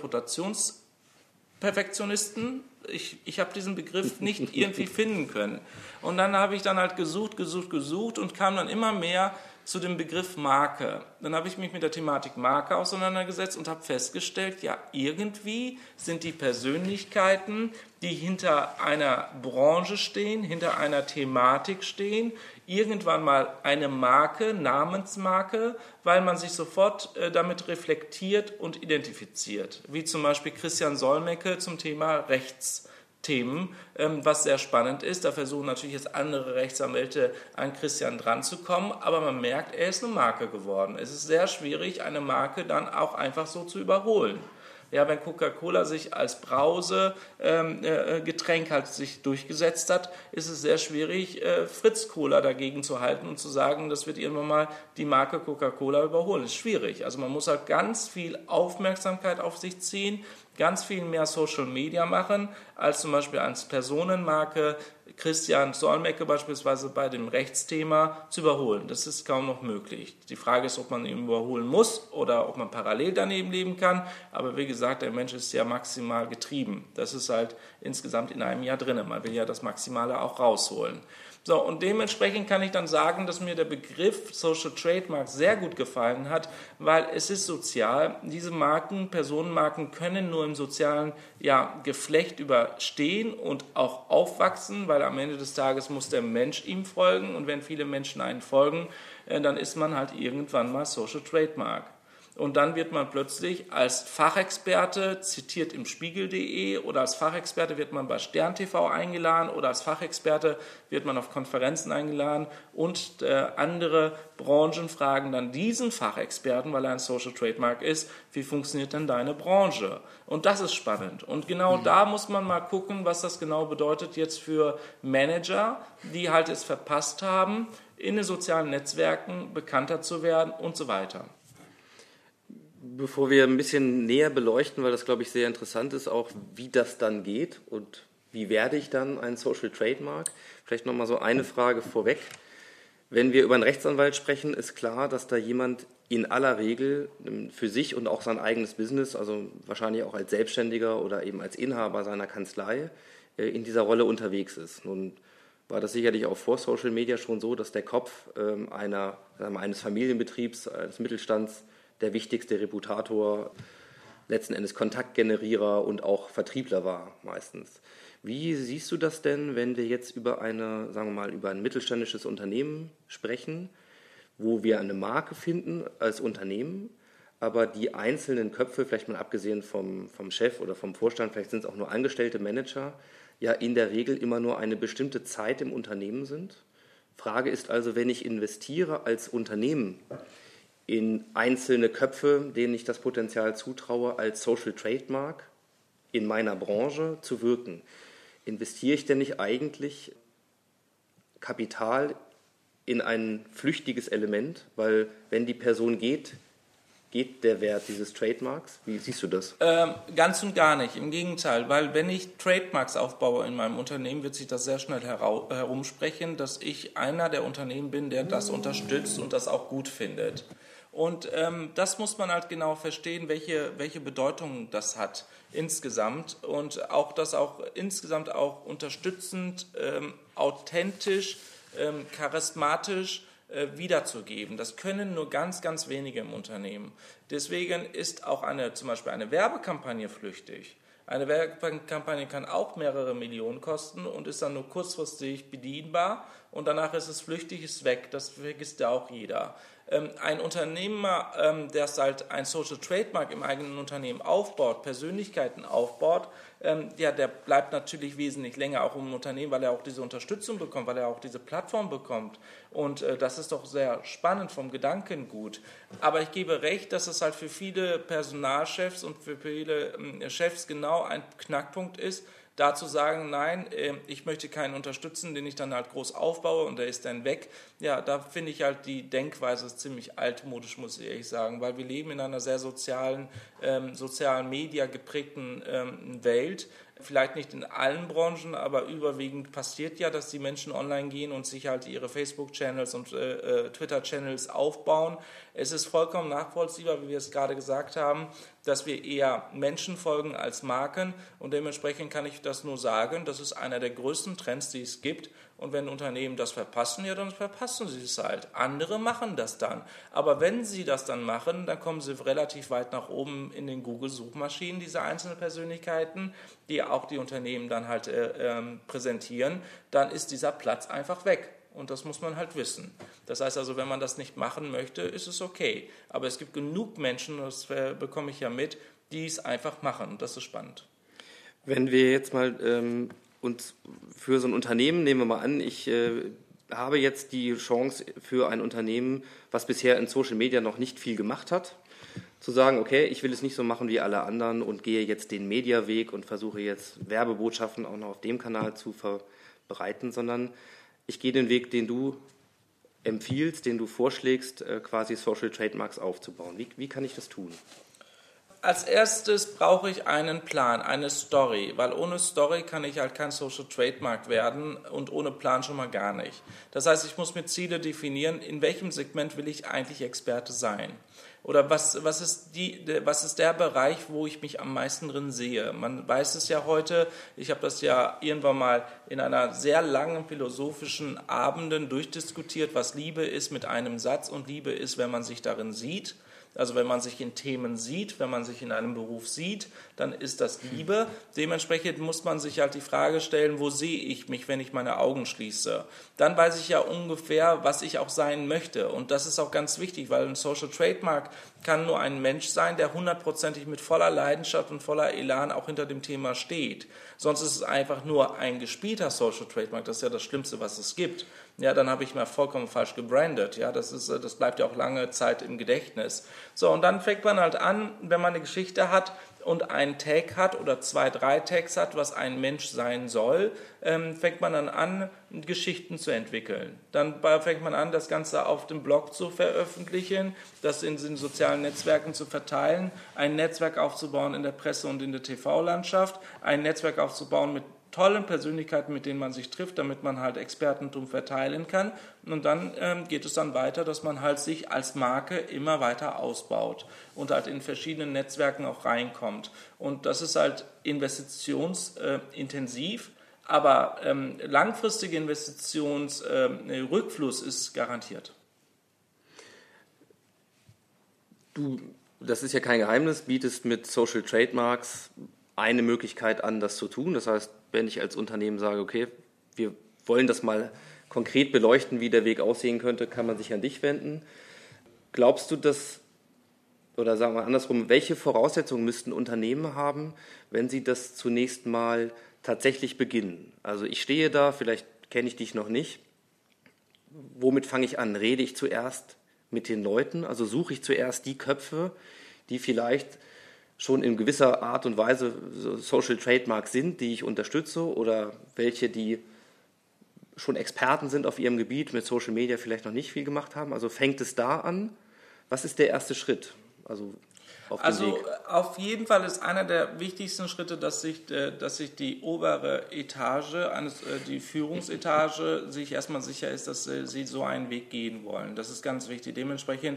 F: Online-Reputationsperfektionisten? Ich habe diesen Begriff nicht irgendwie finden können. Und dann habe ich dann halt gesucht und kam dann immer mehr zu dem Begriff Marke. Dann habe ich mich mit der Thematik Marke auseinandergesetzt und habe festgestellt, ja, irgendwie sind die Persönlichkeiten, die hinter einer Branche stehen, hinter einer Thematik stehen, irgendwann mal eine Marke, Namensmarke, weil man sich sofort damit reflektiert und identifiziert. Wie zum Beispiel Christian Solmecke zum Thema Rechtsthemen, was sehr spannend ist. Da versuchen natürlich jetzt andere Rechtsanwälte an Christian dran zu kommen, aber man merkt, er ist eine Marke geworden. Es ist sehr schwierig, eine Marke dann auch einfach so zu überholen. Ja, wenn Coca-Cola sich als Brause-Getränk halt sich durchgesetzt hat, ist es sehr schwierig, Fritz-Cola dagegen zu halten und zu sagen, das wird irgendwann mal die Marke Coca-Cola überholen. Das ist schwierig. Also man muss halt ganz viel Aufmerksamkeit auf sich ziehen, ganz viel mehr Social Media machen, als zum Beispiel als Personenmarke Christian Solmecke beispielsweise bei dem Rechtsthema zu überholen. Das ist kaum noch möglich. Die Frage ist, ob man ihn überholen muss oder ob man parallel daneben leben kann. Aber wie gesagt, der Mensch ist ja maximal getrieben. Das ist halt insgesamt in einem Jahr drin. Man will ja das Maximale auch rausholen. So, und dementsprechend kann ich dann sagen, dass mir der Begriff Social Trademark sehr gut gefallen hat, weil es ist sozial. Diese Marken, Personenmarken können nur im sozialen Geflecht überstehen und auch aufwachsen, weil am Ende des Tages muss der Mensch ihm folgen, und wenn viele Menschen einen folgen, dann ist man halt irgendwann mal Social Trademark. Und dann wird man plötzlich als Fachexperte zitiert im Spiegel.de, oder als Fachexperte wird man bei Stern TV eingeladen, oder als Fachexperte wird man auf Konferenzen eingeladen, und andere Branchen fragen dann diesen Fachexperten, weil er ein Social Trademark ist, wie funktioniert denn deine Branche? Und das ist spannend. Und genau da muss man mal gucken, was das genau bedeutet jetzt für Manager, die halt es verpasst haben, in den sozialen Netzwerken bekannter zu werden und so weiter.
G: Bevor wir ein bisschen näher beleuchten, weil das, glaube ich, sehr interessant ist, auch wie das dann geht und wie werde ich dann ein Social Trademark, vielleicht nochmal so eine Frage vorweg. Wenn wir über einen Rechtsanwalt sprechen, ist klar, dass da jemand in aller Regel für sich und auch sein eigenes Business, also wahrscheinlich auch als Selbstständiger oder eben als Inhaber seiner Kanzlei, in dieser Rolle unterwegs ist. Nun war das sicherlich auch vor Social Media schon so, dass der Kopf eines Familienbetriebs, eines Mittelstands, der wichtigste Reputator, letzten Endes Kontaktgenerierer und auch Vertriebler war meistens. Wie siehst du das denn, wenn wir jetzt über über ein mittelständisches Unternehmen sprechen, wo wir eine Marke finden als Unternehmen, aber die einzelnen Köpfe, vielleicht mal abgesehen vom Chef oder vom Vorstand, vielleicht sind es auch nur angestellte Manager, ja in der Regel immer nur eine bestimmte Zeit im Unternehmen sind? Frage ist also, wenn ich investiere als Unternehmen in einzelne Köpfe, denen ich das Potenzial zutraue, als Social Trademark in meiner Branche zu wirken, investiere ich denn nicht eigentlich Kapital in ein flüchtiges Element? Weil wenn die Person geht der Wert dieses Trademarks? Wie siehst du das?
F: Ganz und gar nicht. Im Gegenteil, weil wenn ich Trademarks aufbaue in meinem Unternehmen, wird sich das sehr schnell herumsprechen, dass ich einer der Unternehmen bin, der das unterstützt und das auch gut findet. Und das muss man halt genau verstehen, welche Bedeutung das hat insgesamt, und auch das auch insgesamt auch unterstützend, authentisch, charismatisch wiederzugeben. Das können nur ganz, ganz wenige im Unternehmen. Deswegen ist auch zum Beispiel eine Werbekampagne flüchtig. Eine Werbekampagne kann auch mehrere Millionen kosten und ist dann nur kurzfristig bedienbar, und danach ist es flüchtig, ist weg. Das vergisst ja auch jeder. Ein Unternehmer, der halt ein Social Trademark im eigenen Unternehmen aufbaut, Persönlichkeiten aufbaut, der bleibt natürlich wesentlich länger auch im Unternehmen, weil er auch diese Unterstützung bekommt, weil er auch diese Plattform bekommt. Und das ist doch sehr spannend vom Gedankengut. Aber ich gebe recht, dass es halt für viele Personalchefs und für viele Chefs genau ein Knackpunkt ist, da zu sagen, nein, ich möchte keinen unterstützen, den ich dann halt groß aufbaue und der ist dann weg. Ja, da finde ich halt die Denkweise ziemlich altmodisch, muss ich ehrlich sagen, weil wir leben in einer sehr sozialen Media geprägten Welt. Vielleicht nicht in allen Branchen, aber überwiegend passiert ja, dass die Menschen online gehen und sich halt ihre Facebook-Channels und Twitter-Channels aufbauen. Es ist vollkommen nachvollziehbar, wie wir es gerade gesagt haben, dass wir eher Menschen folgen als Marken und dementsprechend kann ich das nur sagen, das ist einer der größten Trends, die es gibt. Und wenn Unternehmen das verpassen, ja, dann verpassen sie es halt. Andere machen das dann. Aber wenn sie das dann machen, dann kommen sie relativ weit nach oben in den Google-Suchmaschinen, diese einzelnen Persönlichkeiten, die auch die Unternehmen dann halt präsentieren. Dann ist dieser Platz einfach weg. Und das muss man halt wissen. Das heißt also, wenn man das nicht machen möchte, ist es okay. Aber es gibt genug Menschen, das bekomme ich ja mit, die es einfach machen. Und das ist spannend.
G: Wenn wir jetzt mal uns für so ein Unternehmen, nehmen wir mal an, ich habe jetzt die Chance für ein Unternehmen, was bisher in Social Media noch nicht viel gemacht hat, zu sagen, okay, ich will es nicht so machen wie alle anderen und gehe jetzt den Mediaweg und versuche jetzt Werbebotschaften auch noch auf dem Kanal zu verbreiten, sondern ich gehe den Weg, den du empfiehlst, den du vorschlägst, quasi Social Trademarks aufzubauen. Wie kann ich das tun?
F: Als erstes brauche ich einen Plan, eine Story, weil ohne Story kann ich halt kein Social Trademark werden und ohne Plan schon mal gar nicht. Das heißt, ich muss mir Ziele definieren, in welchem Segment will ich eigentlich Experte sein? Oder was ist der Bereich, wo ich mich am meisten drin sehe? Man weiß es ja heute, ich habe das ja irgendwann mal in einer sehr langen philosophischen Abenden durchdiskutiert, was Liebe ist mit einem Satz und Liebe ist, wenn man sich darin sieht. Also wenn man sich in Themen sieht, wenn man sich in einem Beruf sieht, dann ist das Liebe. Dementsprechend muss man sich halt die Frage stellen, wo sehe ich mich, wenn ich meine Augen schließe? Dann weiß ich ja ungefähr, was ich auch sein möchte. Und das ist auch ganz wichtig, weil ein Social Trademark kann nur ein Mensch sein, der 100%ig mit voller Leidenschaft und voller Elan auch hinter dem Thema steht. Sonst ist es einfach nur ein gespielter Social Trademark. Das ist ja das Schlimmste, was es gibt. Ja, dann habe ich mal vollkommen falsch gebrandet. Ja, das bleibt ja auch lange Zeit im Gedächtnis. So, und dann fängt man halt an, wenn man eine Geschichte hat und einen Tag hat oder 2, 3 Tags hat, was ein Mensch sein soll, fängt man dann an, Geschichten zu entwickeln. Dann fängt man an, das Ganze auf dem Blog zu veröffentlichen, das in den sozialen Netzwerken zu verteilen, ein Netzwerk aufzubauen in der Presse- und in der TV-Landschaft, ein Netzwerk aufzubauen mit tollen Persönlichkeiten, mit denen man sich trifft, damit man halt Expertentum verteilen kann. Und dann geht es dann weiter, dass man halt sich als Marke immer weiter ausbaut und halt in verschiedenen Netzwerken auch reinkommt. Und das ist halt investitionsintensiv, aber langfristige Investitionsrückfluss ist garantiert.
G: Du, das ist ja kein Geheimnis, bietest mit Social Trademarks eine Möglichkeit an, das zu tun. Das heißt, wenn ich als Unternehmen sage, okay, wir wollen das mal konkret beleuchten, wie der Weg aussehen könnte, kann man sich an dich wenden. Glaubst du, dass, oder sagen wir andersrum, welche Voraussetzungen müssten Unternehmen haben, wenn sie das zunächst mal tatsächlich beginnen? Also ich stehe da, vielleicht kenne ich dich noch nicht. Womit fange ich an? Rede ich zuerst mit den Leuten? Also suche ich zuerst die Köpfe, die vielleicht schon in gewisser Art und Weise Social Trademarks sind, die ich unterstütze, oder welche, die schon Experten sind auf ihrem Gebiet, mit Social Media vielleicht noch nicht viel gemacht haben? Also fängt es da an? Was ist der erste Schritt? Also
F: auf jeden Fall ist einer der wichtigsten Schritte, dass sich die obere Etage, die Führungsetage, sich erstmal sicher ist, dass sie so einen Weg gehen wollen. Das ist ganz wichtig. Dementsprechend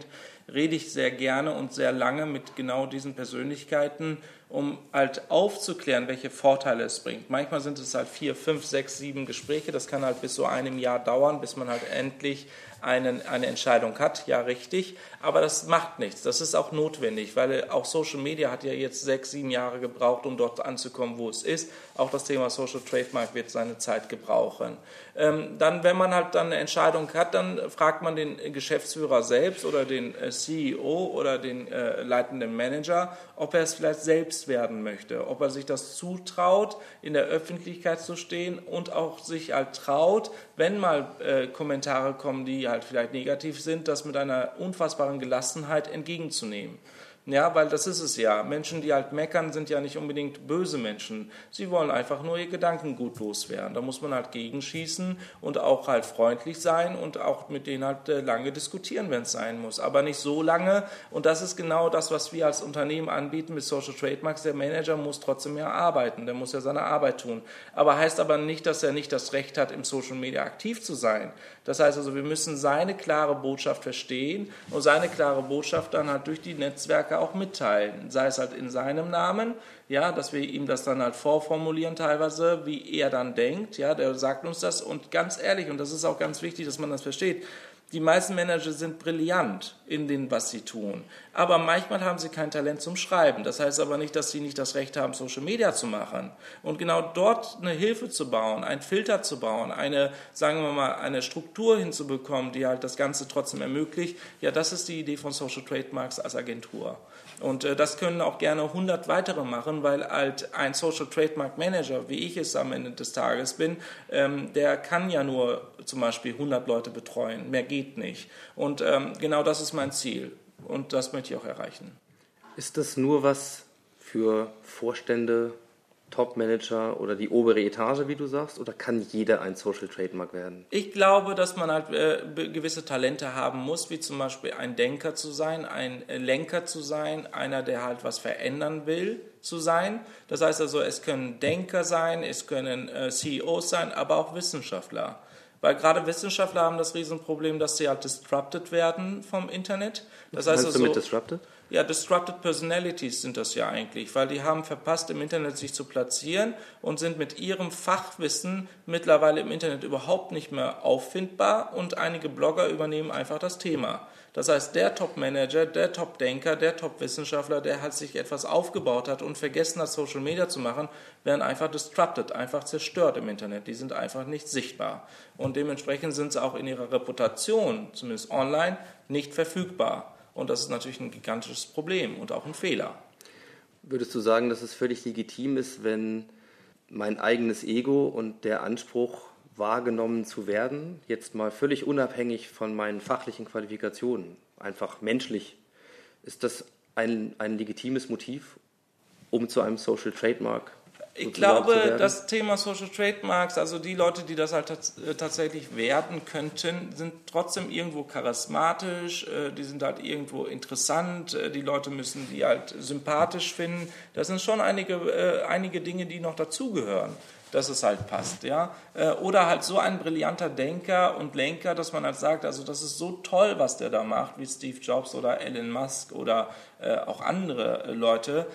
F: rede ich sehr gerne und sehr lange mit genau diesen Persönlichkeiten, um halt aufzuklären, welche Vorteile es bringt. Manchmal sind es halt 4, 5, 6, 7 Gespräche, das kann halt bis so einem Jahr dauern, bis man halt endlich eine Entscheidung hat, ja richtig, aber das macht nichts, das ist auch notwendig, weil auch Social Media hat ja jetzt 6, 7 Jahre gebraucht, um dort anzukommen, wo es ist. Auch das Thema Social Trademark wird seine Zeit gebrauchen. Dann, wenn man halt dann eine Entscheidung hat, dann fragt man den Geschäftsführer selbst oder den CEO oder den leitenden Manager, ob er es vielleicht selbst werden möchte, ob er sich das zutraut, in der Öffentlichkeit zu stehen und auch sich halt traut, wenn mal Kommentare kommen, die halt vielleicht negativ sind, das mit einer unfassbaren Gelassenheit entgegenzunehmen. Ja, weil das ist es ja. Menschen, die halt meckern, sind ja nicht unbedingt böse Menschen. Sie wollen einfach nur ihr Gedankengut loswerden. Da muss man halt gegenschießen und auch halt freundlich sein und auch mit denen halt lange diskutieren, wenn es sein muss. Aber nicht so lange. Und das ist genau das, was wir als Unternehmen anbieten mit Social Trademarks. Der Manager muss trotzdem ja arbeiten. Der muss ja seine Arbeit tun. Aber heißt aber nicht, dass er nicht das Recht hat, im Social Media aktiv zu sein. Das heißt also, wir müssen seine klare Botschaft verstehen und seine klare Botschaft dann halt durch die Netzwerke auch mitteilen, sei es halt in seinem Namen, ja, dass wir ihm das dann halt vorformulieren teilweise, wie er dann denkt, ja, der sagt uns das und ganz ehrlich, und das ist auch ganz wichtig, dass man das versteht, die meisten Manager sind brillant in dem, was sie tun, aber manchmal haben sie kein Talent zum Schreiben. Das heißt aber nicht, dass sie nicht das Recht haben, Social Media zu machen. Und genau dort eine Hilfe zu bauen, einen Filter zu bauen, sagen wir mal, eine Struktur hinzubekommen, die halt das Ganze trotzdem ermöglicht, ja, das ist die Idee von Social Trademarks als Agentur. Und das können auch gerne 100 weitere machen, weil halt ein Social Trademark Manager, wie ich es am Ende des Tages bin, der kann ja nur zum Beispiel 100 Leute betreuen, mehr geht nicht. Und genau das ist mein Ziel und das möchte ich auch erreichen.
G: Ist das nur was für Vorstände, Top-Manager oder die obere Etage, wie du sagst, oder kann jeder ein Social Trademark werden?
F: Ich glaube, dass man halt gewisse Talente haben muss, wie zum Beispiel ein Denker zu sein, ein Lenker zu sein, einer, der halt was verändern will, zu sein. Das heißt also, es können Denker sein, es können CEOs sein, aber auch Wissenschaftler. Weil gerade Wissenschaftler haben das Riesenproblem, dass sie halt disrupted werden vom Internet. Das heißt
G: meinst du mit disrupted?
F: Ja, disrupted personalities sind das ja eigentlich, weil die haben verpasst, im Internet sich zu platzieren und sind mit ihrem Fachwissen mittlerweile im Internet überhaupt nicht mehr auffindbar und einige Blogger übernehmen einfach das Thema. Das heißt, der Top-Manager, der Top-Denker, der Top-Wissenschaftler, der halt sich etwas aufgebaut hat und vergessen hat, Social Media zu machen, werden einfach disrupted, einfach zerstört im Internet. Die sind einfach nicht sichtbar. Und dementsprechend sind sie auch in ihrer Reputation, zumindest online, nicht verfügbar. Und das ist natürlich ein gigantisches Problem und auch ein Fehler.
G: Würdest du sagen, dass es völlig legitim ist, wenn mein eigenes Ego und der Anspruch, wahrgenommen zu werden, jetzt mal völlig unabhängig von meinen fachlichen Qualifikationen, einfach menschlich, ist das ein legitimes Motiv, um zu einem Social Trademark
F: Ich glaube, das Thema Social Trademarks, also die Leute, die das halt tatsächlich werden könnten, sind trotzdem irgendwo charismatisch, die sind halt irgendwo interessant, die Leute müssen die halt sympathisch finden. Das sind schon einige Dinge, die noch dazugehören, dass es halt passt, ja. Oder halt so ein brillanter Denker und Lenker, dass man halt sagt, also das ist so toll, was der da macht, wie Steve Jobs oder Elon Musk oder auch andere Leute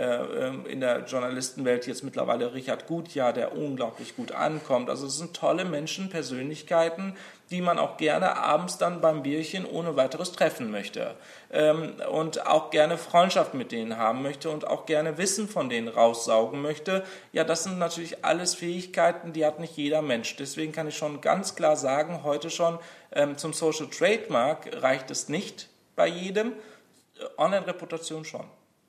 F: in der Journalistenwelt, jetzt mittlerweile Richard Gutjahr, der unglaublich gut ankommt. Also es sind tolle Menschen, Persönlichkeiten, die man auch gerne abends dann beim Bierchen ohne weiteres treffen möchte und auch gerne Freundschaft mit denen haben möchte und auch gerne Wissen von denen raussaugen möchte. Ja, das sind natürlich alles Fähigkeiten, die hat nicht jeder Mensch. Deswegen kann ich schon ganz klar sagen, heute schon zum Social Trademark reicht es nicht bei jedem, Online-Reputation schon.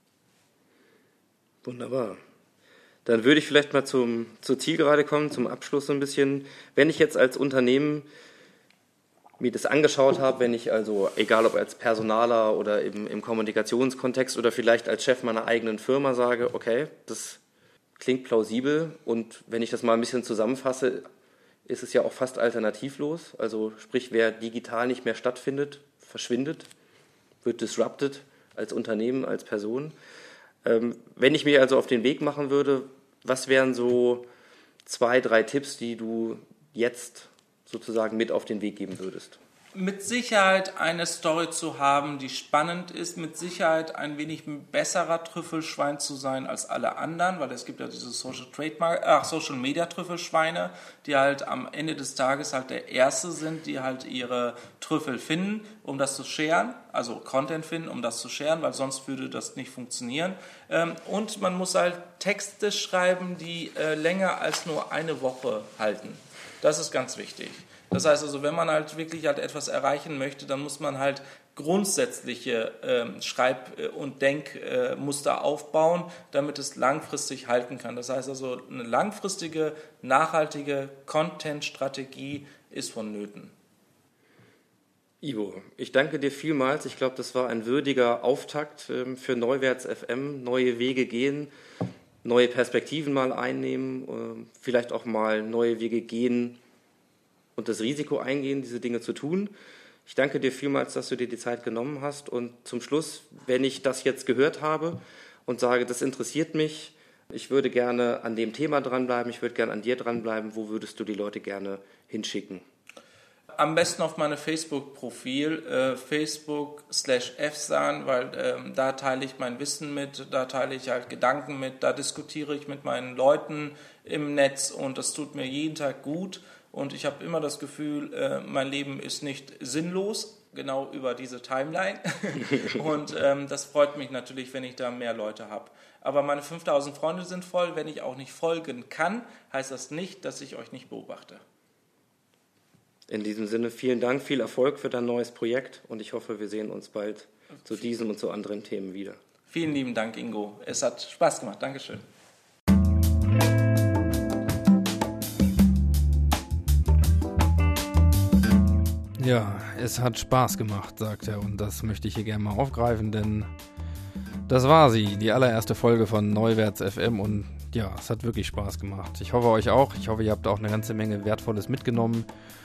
G: Wunderbar. Dann würde ich vielleicht mal zur Zielgerade kommen, zum Abschluss so ein bisschen. Wenn ich jetzt als Unternehmen mir das angeschaut habe, wenn ich also, egal ob als Personaler oder im Kommunikationskontext oder vielleicht als Chef meiner eigenen Firma sage, okay, das klingt plausibel und wenn ich das mal ein bisschen zusammenfasse, ist es ja auch fast alternativlos. Also sprich, wer digital nicht mehr stattfindet, verschwindet, wird disrupted als Unternehmen, als Person. Wenn ich mir also auf den Weg machen würde, was wären so 2, 3 Tipps, die du jetzt sozusagen mit auf den Weg geben würdest?
F: mit Sicherheit eine Story zu haben, die spannend ist, mit Sicherheit ein wenig besserer Trüffelschwein zu sein als alle anderen, weil es gibt ja diese Social Media Trüffelschweine, die halt am Ende des Tages halt der Erste sind, die halt ihre Trüffel finden, um das zu sharen, also Content finden, um das zu sharen, weil sonst würde das nicht funktionieren. Und man muss halt Texte schreiben, die länger als nur eine Woche halten. Das ist ganz wichtig. Das heißt also, wenn man halt wirklich halt etwas erreichen möchte, dann muss man halt grundsätzliche Schreib- und Denkmuster aufbauen, damit es langfristig halten kann. Das heißt also, eine langfristige, nachhaltige Content-Strategie ist vonnöten.
G: Ivo, ich danke dir vielmals. Ich glaube, das war ein würdiger Auftakt für Neuwärts FM. Neue Wege gehen, neue Perspektiven mal einnehmen, vielleicht auch mal neue Wege gehen und das Risiko eingehen, diese Dinge zu tun. Ich danke dir vielmals, dass du dir die Zeit genommen hast. Und zum Schluss, wenn ich das jetzt gehört habe und sage, das interessiert mich, ich würde gerne an dem Thema dranbleiben, ich würde gerne an dir dranbleiben, wo würdest du die Leute gerne hinschicken?
F: Am besten auf meine Facebook-Profil, Facebook/Efsan, weil da teile ich mein Wissen mit, da teile ich halt Gedanken mit, da diskutiere ich mit meinen Leuten im Netz und das tut mir jeden Tag gut. Und ich habe immer das Gefühl, mein Leben ist nicht sinnlos, genau über diese Timeline. Und das freut mich natürlich, wenn ich da mehr Leute habe. Aber meine 5000 Freunde sind voll. Wenn ich auch nicht folgen kann, heißt das nicht, dass ich euch nicht beobachte.
G: In diesem Sinne, vielen Dank, viel Erfolg für dein neues Projekt. Und ich hoffe, wir sehen uns bald zu diesem und zu anderen Themen wieder.
F: Vielen lieben Dank, Ingo. Es hat Spaß gemacht. Dankeschön.
E: Ja, es hat Spaß gemacht, sagt er, und das möchte ich hier gerne mal aufgreifen, denn das war sie, die allererste Folge von Neuwärts FM und ja, es hat wirklich Spaß gemacht. Ich hoffe euch auch, ich hoffe ihr habt auch eine ganze Menge Wertvolles mitgenommen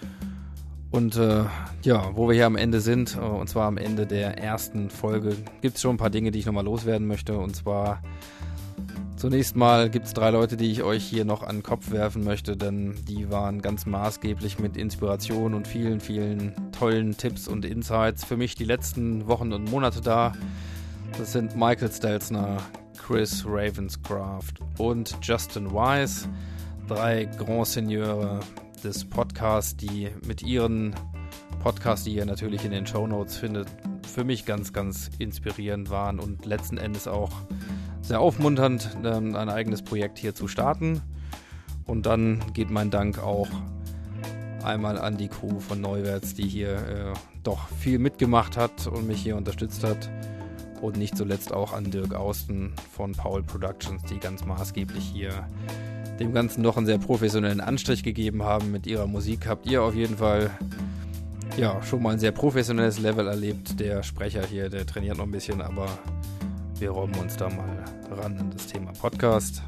E: und ja, wo wir hier am Ende sind, und zwar am Ende der ersten Folge, gibt es schon ein paar Dinge, die ich nochmal loswerden möchte, und zwar zunächst mal gibt es 3 Leute, die ich euch hier noch an den Kopf werfen möchte, denn die waren ganz maßgeblich mit Inspiration und vielen, vielen tollen Tipps und Insights für mich die letzten Wochen und Monate da. Das sind Michael Stelzner, Chris Ravenscraft und Justin Wise, 3 Grand Seigneurs des Podcasts, die mit ihren Podcasts, die ihr natürlich in den Shownotes findet, für mich ganz, ganz inspirierend waren und letzten Endes auch sehr aufmunternd, ein eigenes Projekt hier zu starten. Und dann geht mein Dank auch einmal an die Crew von Neuwärts, die hier doch viel mitgemacht hat und mich hier unterstützt hat. Und nicht zuletzt auch an Dirk Austen von Paul Productions, die ganz maßgeblich hier dem Ganzen noch einen sehr professionellen Anstrich gegeben haben. Mit ihrer Musik habt ihr auf jeden Fall ja schon mal ein sehr professionelles Level erlebt. Der Sprecher hier, der trainiert noch ein bisschen, aber wir robben uns da mal ran an das Thema Podcast.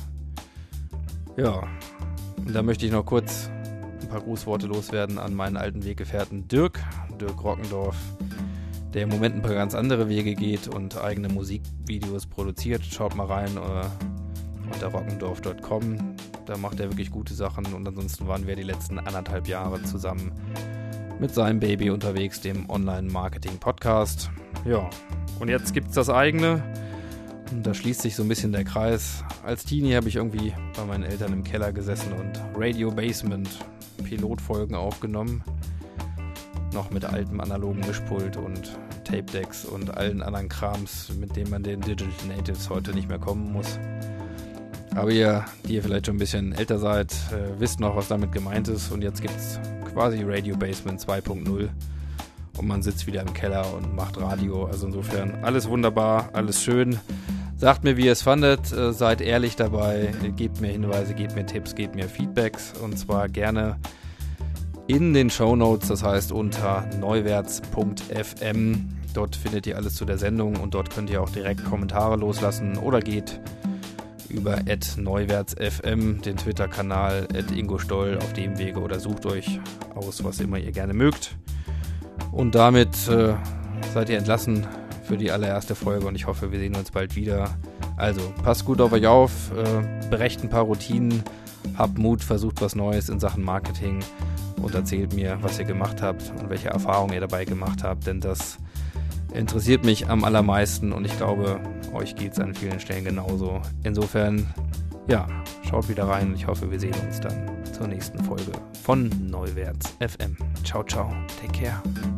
E: Ja, und da möchte ich noch kurz ein paar Grußworte loswerden an meinen alten Weggefährten Dirk Rockendorf, der im Moment ein paar ganz andere Wege geht und eigene Musikvideos produziert. Schaut mal rein unter rockendorf.com, da macht er wirklich gute Sachen und ansonsten waren wir die letzten 1,5 Jahre zusammen mit seinem Baby unterwegs, dem Online-Marketing-Podcast. Ja, und jetzt gibt's das eigene. Und da schließt sich so ein bisschen der Kreis. Als Teenie habe ich irgendwie bei meinen Eltern im Keller gesessen und Radio Basement Pilotfolgen aufgenommen. Noch mit altem analogen Mischpult und Tape-Decks und allen anderen Krams, mit dem man den Digital Natives heute nicht mehr kommen muss. Aber ihr, die ihr vielleicht schon ein bisschen älter seid, wisst noch, was damit gemeint ist. Und jetzt gibt es quasi Radio Basement 2.0. Und man sitzt wieder im Keller und macht Radio. Also insofern alles wunderbar, alles schön. Sagt mir, wie ihr es fandet. Seid ehrlich dabei. Gebt mir Hinweise, gebt mir Tipps, gebt mir Feedbacks. Und zwar gerne in den Shownotes, das heißt unter neuwärts.fm. Dort findet ihr alles zu der Sendung und dort könnt ihr auch direkt Kommentare loslassen oder geht über @neuwärtsfm, den Twitter-Kanal @ingostoll auf dem Wege oder sucht euch aus, was immer ihr gerne mögt. Und damit seid ihr entlassen für die allererste Folge und ich hoffe, wir sehen uns bald wieder. Also, passt gut auf euch auf, brecht ein paar Routinen, habt Mut, versucht was Neues in Sachen Marketing und erzählt mir, was ihr gemacht habt und welche Erfahrungen ihr dabei gemacht habt, denn das interessiert mich am allermeisten und ich glaube, euch geht es an vielen Stellen genauso. Insofern, ja, schaut wieder rein und ich hoffe, wir sehen uns dann zur nächsten Folge von Neuwärts FM. Ciao, ciao, take care.